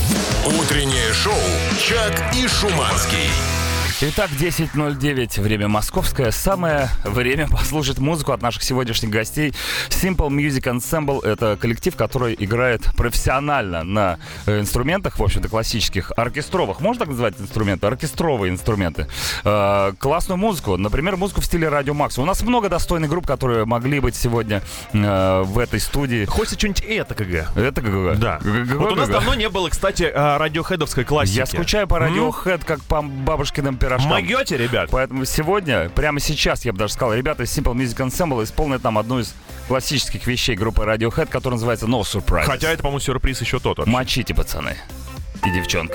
Утреннее шоу «Чак и Шуманский». Итак, десять ноль девять, время московское. Самое время послушать музыку от наших сегодняшних гостей. Simple Music Ensemble — это коллектив, который играет профессионально на э, инструментах, в общем-то, классических, оркестровых. Можно так называть инструменты? Оркестровые инструменты. Э, классную музыку. Например, музыку в стиле Радио Макс. У нас много достойных групп, которые могли быть сегодня э, в этой студии. Хочется что-нибудь это КГ. Это ГГ. Да. ГГ. Вот у нас давно не было, кстати, радиохедовской классики. Я скучаю по Radiohead, как по бабушкиным пирожкам. Могете, ребят? Поэтому сегодня, прямо сейчас, я бы даже сказал, ребята из Simple Music Ensemble исполнят там одну из классических вещей группы Radiohead, которая называется No Surprise. Хотя это, по-моему, сюрприз еще тот. вообще. Мочите, пацаны. И девчонка.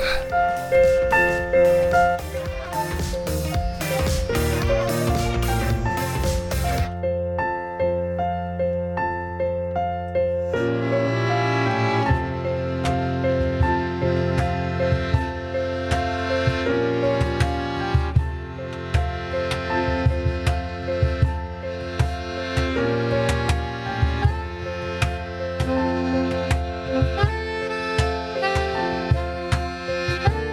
Thank you.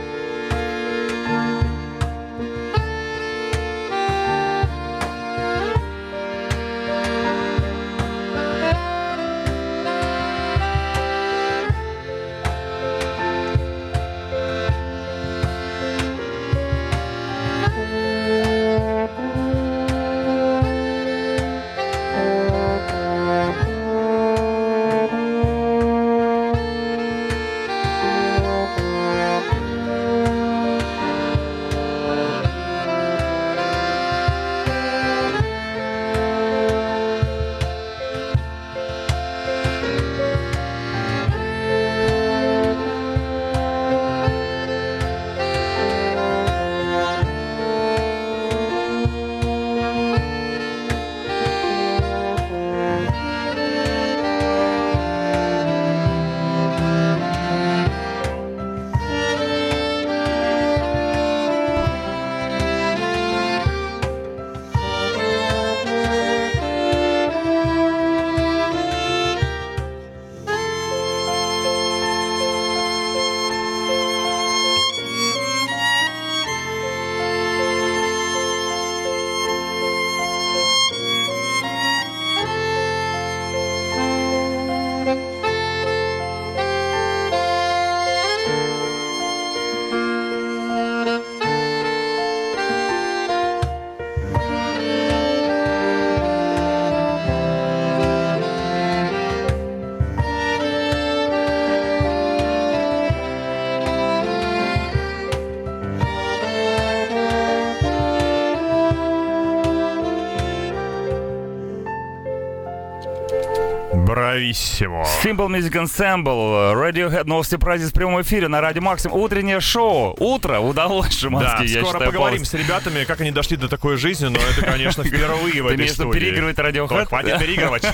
Брависсимо. Simple Music Ensemble, Radiohead, новости праздник в прямом эфире на Радио Максимум. Утреннее шоу. Утро удалось, Шиманский, Да, я скоро считаю, поговорим полностью. с ребятами, как они дошли до такой жизни, но это, конечно, впервые в Ты этой имеешь в виду студии. переигрывает Radiohead? Ой, хватит переигрывать.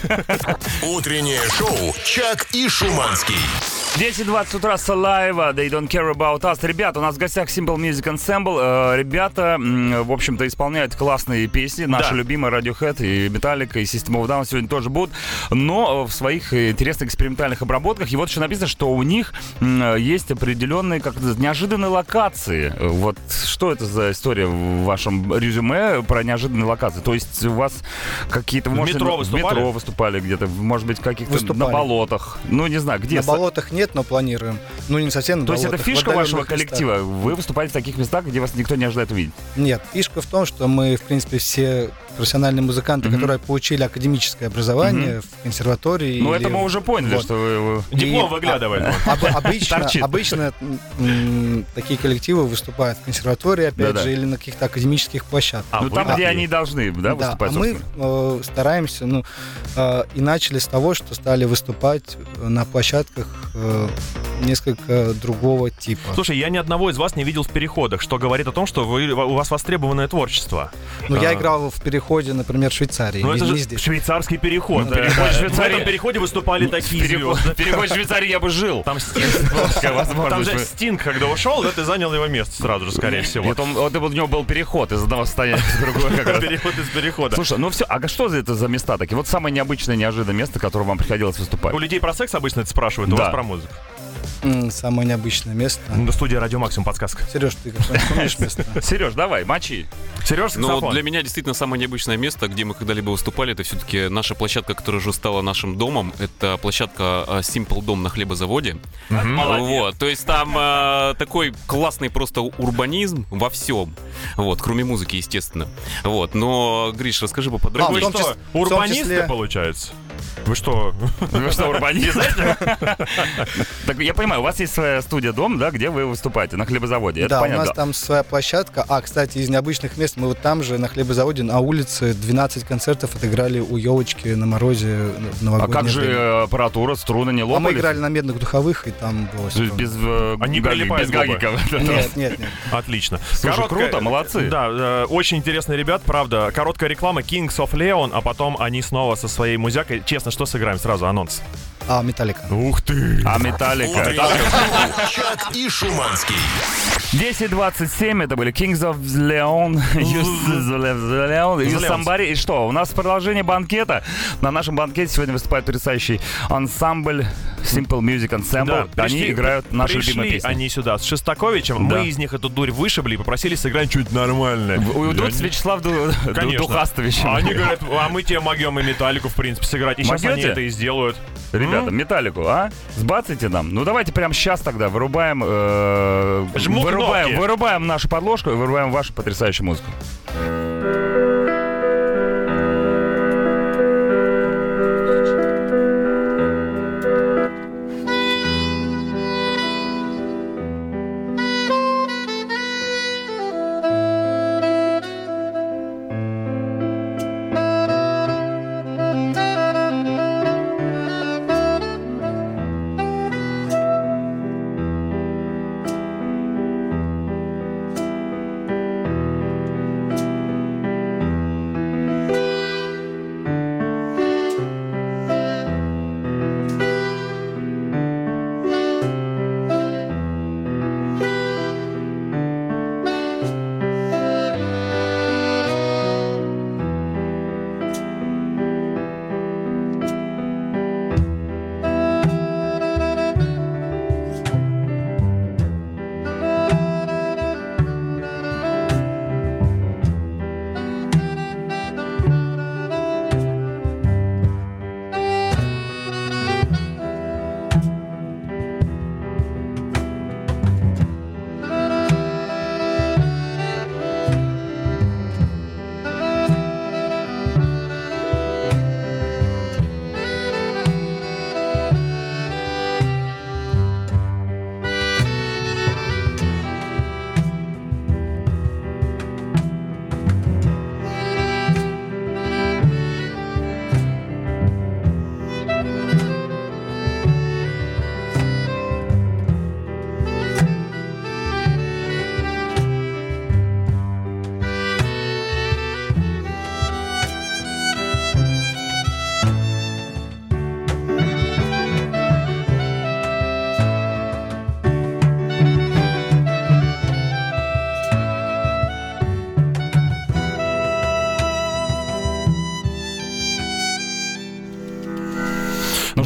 Утреннее шоу «Чак и Шуманский». десять двадцать утра с Alive, They Don't Care About Us. Ребята, у нас в гостях Simple Music Ensemble. Э, Ребята, м, в общем-то, исполняют классные песни. Наши Да. любимые Radiohead и Metallica, и System of a Down сегодня тоже будут. Но в своих интересных экспериментальных обработках. И вот еще написано, что у них м, есть определенные, как это, неожиданные локации. Вот что это за история в вашем резюме про неожиданные локации? То есть у вас какие-то... В может, метро в выступали? метро выступали где-то, может быть, каких-то Выступали. на болотах. Ну, не знаю, где... На болотах нет, но планируем. Ну, не совсем на То есть это болотах, фишка в вашего отдаленных местах. коллектива? Вы выступаете в таких местах, где вас никто не ожидает увидеть? Нет, фишка в том, что мы, в принципе, все профессиональные музыканты, Мгм. которые получили академическое образование в консерватории. Ну, или- это мы уже поняли, Вот. что вы... вы- Диплом И- выглядывает. а- об- обычно, Торчит. обычно м, такие коллективы выступают в консерватории, опять Да-да. же, или на каких-то академических площадках. А, Ну, вы там, где такие. они должны, да, Да, выступать, а мы собственно? э, стараемся, ну, э, и начали с того, что стали выступать на площадках э, несколько другого типа. Слушай, я ни одного из вас не видел в переходах, что говорит о том, что вы, у вас востребованное творчество. Ну, я А. играл в переходе, например, в Швейцарии. Ну, не- это не же здесь. швейцарский переход. Ну, да. Переходишь в Швейцарии- этом переходе выступали такие Переход- звезды. Переход в Швейцарию я бы жил. Там Стинг, Такая возможность. там же вы- Стинг, когда ушел, да, ты занял его место сразу же, скорее всего. Нет, он- вот у него был переход из одного состояния в другое как раз. Переход из перехода. Слушай, ну все, а что за это за места такие? Вот самое необычное, неожиданное место, которое вам приходилось выступать. У людей про секс обычно это спрашивают, у Да. вас про музыку. М, Самое необычное место. На студии Радио Максимум подсказка. Сереж, ты как-нибудь помнишь место? Сереж, давай, мочи. Сереж, Но саксофон. для меня действительно самое необычное место, где мы когда-либо выступали, это все-таки наша площадка, которая уже стала нашим домом. Это площадка э, Simple Dom на хлебозаводе. Вот, то есть там э, такой классный просто урбанизм во всем. Вот, кроме музыки, естественно. Вот, но, Гриш, расскажи Вы поподробнее. в том что, числе- в том урбанисты, числе- получается? Вы что? Вы что, урбанист? Так я понимаю, у вас есть своя студия «Дом», да, где вы выступаете, на хлебозаводе. Это Да, у понятно. нас там своя площадка. А, кстати, из необычных мест мы вот там же, на хлебозаводе, на улице двенадцать концертов отыграли у елочки на морозе в А новогоднее как же время. э, аппаратура, струны не А лопались? мы играли на медных духовых, и там было То есть всё. без, э, Они га- прилипают без губы. гагиков. Нет, нет, нет. Отлично. Слушай, круто, молодцы. Да, э, очень интересные ребят, правда. Короткая реклама Kings of Leon, а потом они снова со своей музякой. Честно, что сыграем? Сразу анонс. А, Металлика. Ух ты! А Металлика. Утреннее шоу «Чак и Шуманский». десять двадцать семь, это были Kings of Leon, Leon и Somebody. И что, у нас продолжение банкета. На нашем банкете сегодня выступает потрясающий ансамбль Simple Music Ensemble. Да, Они пришли- играют наши пришли любимые песни. они сюда с Шестаковичем. Да. Мы из них эту дурь вышибли и попросили сыграть чуть нормальное. Уйдут Они- Вячеслав Ду- Ду- Конечно. Духастович. А они говорят, а мы тебе могем и Металлику, в принципе, сыграть. И сейчас они Могете? это и сделают. Ребята, Металлику, а? Сбацайте нам. Ну давайте прямо сейчас тогда вырубаем, э, Жму вырубаем, кнопки. вырубаем нашу подложку и вырубаем вашу потрясающую музыку.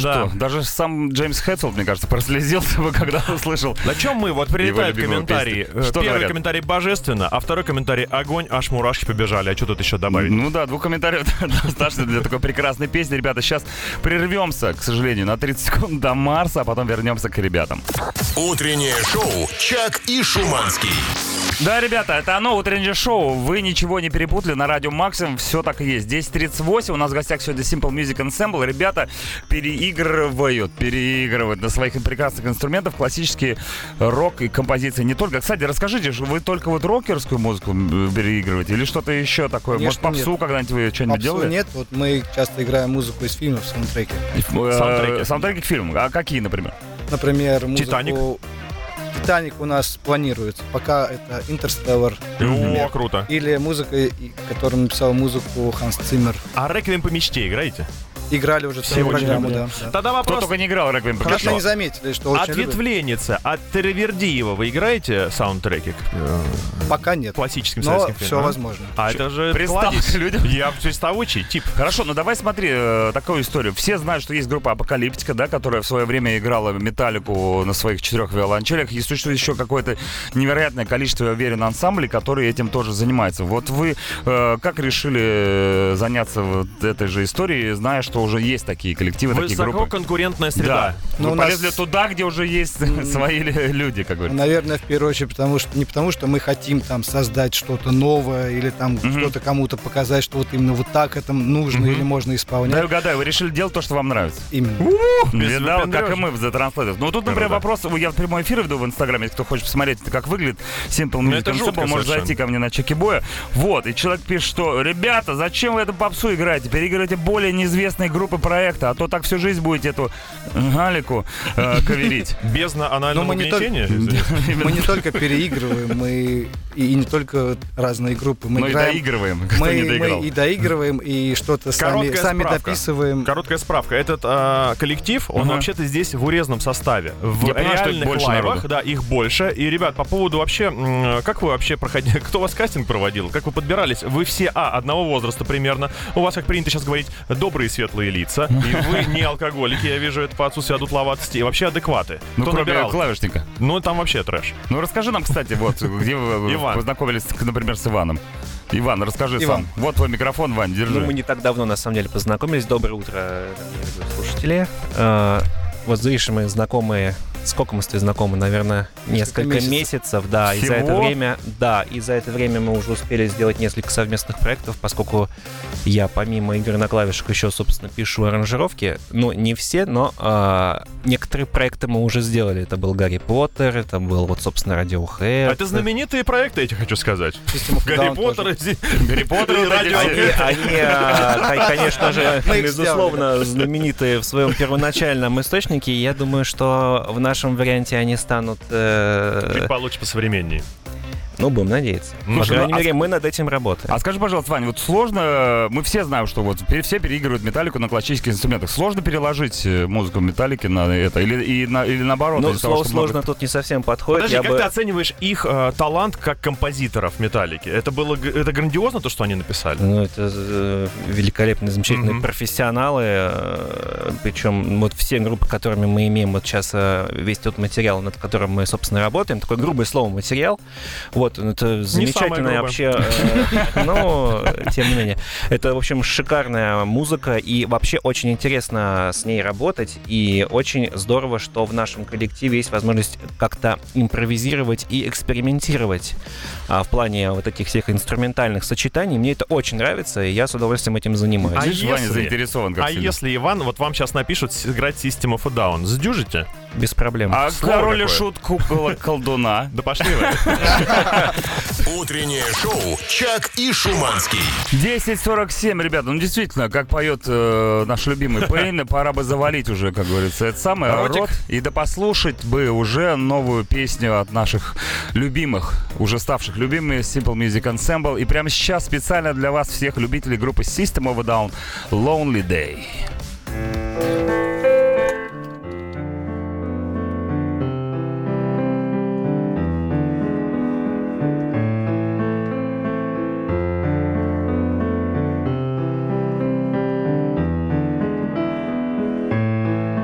что, даже сам Джеймс Хэтфилд, мне кажется, прослезился бы, когда услышал. На чем мы? Вот прилетают комментарии. Что Первый говорят? комментарий божественно, а второй комментарий огонь, аж мурашки побежали. А что тут еще добавить? Ну да, двух комментариев достаточно для такой прекрасной песни. Ребята, сейчас прервемся, к сожалению, на тридцать секунд до Марса, а потом вернемся к ребятам. Утреннее шоу «Чак и Шуманский». Да, ребята, это оно, утреннее шоу. Вы ничего не перепутали, на радио Максимум все так и есть. десять тридцать восемь, у нас в гостях сегодня Simple Music Ensemble. Ребята переигрывают, переигрывают на своих прекрасных инструментах классические рок и композиции. Не только, кстати, расскажите, вы только вот рокерскую музыку переигрываете или что-то еще такое? Конечно, Может, попсу нет. когда-нибудь вы что-нибудь Попсу делали? нет, вот мы часто играем музыку из фильмов, саундтреки. Саундтреки. Саундтреки к фильму. А какие, например? Например, музыку... «Титаник». «Титаник» у нас планируется. Пока это «Интерстеллар». О, круто. Или музыка, и- которую написал музыку Ханс Циммер. А «Реквием по мечте» играете? Играли уже целую Сегодня, программу, да. да. да. Тогда Кто вопрос. только не играл «Реквием по Конечно, мечте». не заметили, что очень любят. Ответвленница от Теревердиева. Вы играете саундтреки к э, Пока нет. классическим Но советским все фильмам? возможно. А это же Пристал кладезь. к людям. Я приставучий тип. Хорошо, ну давай смотри э, такую историю. Все знают, что есть группа Апокалиптика, да, которая в свое время играла Металлику на своих четырех виолончелях. И существует еще какое-то невероятное количество, я уверен, ансамблей, которые этим тоже занимаются. Вот вы э, как решили заняться вот этой же историей, зная, что уже есть такие коллективы, такие группы? Высококонкурентная среда. Да. Ну, Вы у нас- полезли туда, где уже есть свои люди, как говорится. Наверное, в первую очередь, потому что не потому, что мы хотим там создать что-то новое или там Мгм. что-то кому-то показать, что вот именно вот так это нужно Мгм. или можно исполнять. Дай угадаю, вы решили делать то, что вам нравится. Именно. Без Видал, как выпендрежа. и мы в The Translators. Ну, тут, например, Круто. вопрос, я в прямой эфир веду в Инстаграме, если кто хочет посмотреть, как выглядит Simple Ну, Music это жутко Ensemble, может совершенно. зайти ко мне на Чеки Боя. Вот, и человек пишет, что, ребята, зачем вы эту попсу играете? Переигрывайте более неизвестные группы проекта, а то так всю жизнь будете эту Галику э, каверить. Бездна анального Но мы не только- угнетения. извините. Мы не только переигрываем, мы и, и не только разные группы. Мы Ну и играем, доигрываем, кто мы, не мы доиграл. и доигрываем, и что-то сами, Короткая сами справка. дописываем. Короткая справка. Этот а, коллектив, он Ага. вообще-то здесь в урезанном составе. В Я понимаю, что их реальных больше лайвах, народу. да, их больше. И, ребят, по поводу вообще, м, как вы вообще проходили, кто у вас кастинг проводил, как вы подбирались? Вы все, а, одного возраста примерно. У вас, как принято сейчас говорить, добрые светлые лица. И вы не алкоголики, я вижу это по отсутствию одутловатости. И вообще адекваты. Ну, Кто кроме набирал? клавишника. Ну, там вообще трэш. Ну, расскажи нам, кстати, вот, где вы Иван. познакомились, например, с Иваном. Иван, расскажи Иван. сам. Вот твой микрофон, Вань, держи. Ну, мы не так давно, на самом деле, познакомились. Доброе утро, дорогие слушатели. Э, Вот с Гришей мы знакомы... Сколько мы с тобой знакомы? Наверное, несколько месяцев. месяцев. Да, и за это Всего? время... Да, и за это время мы уже успели сделать несколько совместных проектов, поскольку я, помимо игр на клавишах, еще, собственно, пишу аранжировки. Ну, не все, но э, некоторые проекты мы уже сделали. Это был Гарри Поттер, это был, вот, собственно, Radiohead. Это знаменитые проекты, я тебе хочу сказать. System of a Гарри Down Поттер тоже. и Гарри Поттер и радио. Они, они, а, ко- конечно же, Мы их безусловно, знаменитые в своем первоначальном источнике. Я думаю, что в нашем варианте они станут... э, Чуть получше, посовременнее. ну, будем надеяться. По Слушай, крайней ну, а мере, мы над этим работаем. А скажи, пожалуйста, Вань, вот сложно, мы все знаем, что вот пере- все переигрывают металлику на классических инструментах. Сложно переложить э, музыку металлики на это? Или, и на- или наоборот? Ну, из-за того, слово что много- «сложно» тут не совсем подходит. Подожди, Я как бы- ты оцениваешь их э, талант как композиторов Металлики? Это было г- это грандиозно, то, что они написали? Ну, это э, великолепные, замечательные Мгм. профессионалы. э, Причем вот все группы, которыми мы имеем вот сейчас э, весь тот материал, над которым мы, собственно, работаем, такое грубое слово «материал». Вот, ну, это замечательная грубое. вообще... э, Ну, тем не менее. Это, в общем, шикарная музыка, и вообще очень интересно с ней работать, и очень здорово, что в нашем коллективе есть возможность как-то импровизировать и экспериментировать а, в плане вот этих всех инструментальных сочетаний. Мне это очень нравится, и я с удовольствием этим занимаюсь. А Видишь, Ваня если- заинтересован как А сильно. если, Иван, вот вам сейчас напишут играть System of a Down, сдюжите? Без проблем. А Слово король и какое? шут кукола колдуна. Да пошли вы. Утреннее шоу «Чак и Шуманский». десять сорок семь, ребята, ну действительно, как поет э, наш любимый Пейн, пора бы завалить уже, как говорится, это самое, Ротик. рот, и да послушать бы уже новую песню от наших любимых, уже ставших любимыми, Simple Music Ensemble. И прямо сейчас специально для вас, всех любителей группы System of a Down, Lonely Day. Lonely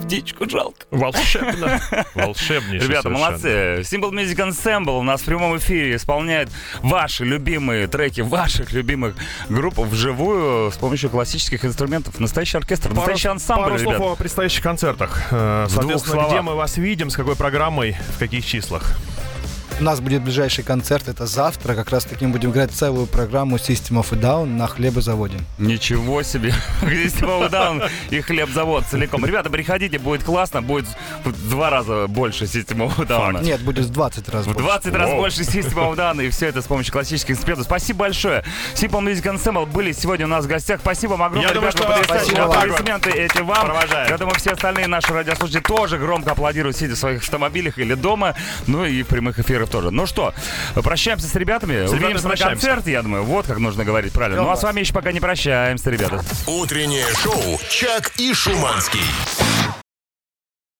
птичку жалко. Волшебно. Волшебнейший. Ребята, совершенно. молодцы. Simple Music Ensemble у нас в прямом эфире исполняет ваши любимые треки ваших любимых групп вживую с помощью классических инструментов. Настоящий оркестр, Пару, настоящий ансамбль, пару слов ребят. о предстоящих концертах. Э, Соответственно, словах. где мы вас видим, с какой программой, в каких числах? У нас будет ближайший концерт, это завтра. Как раз таки мы будем играть целую программу System of a Down на хлебозаводе. Ничего себе. System of a Down и хлебзавод целиком. Ребята, приходите, будет классно, будет в два раза больше System of a Down. Нет, будет в двадцать раз В больше. двадцать раз больше System of a Down, и все это с помощью классических инструментов. Спасибо большое. Simple Music Ensemble были сегодня у нас в гостях. Спасибо вам огромное. Я думаю, ребята, что потрясающие спасибо вам. аплодисменты эти вам. Провожаем. Я думаю, все остальные наши радиослушатели тоже громко аплодируют, сидя в своих автомобилях или дома, ну и в прямых эфирах тоже. Ну что, прощаемся с ребятами. С Увидимся ребятами на прощаемся. концерте, я думаю. Вот как нужно говорить правильно. Ну а с вами еще пока не прощаемся, ребята. Утреннее шоу «Чак и Шуманский».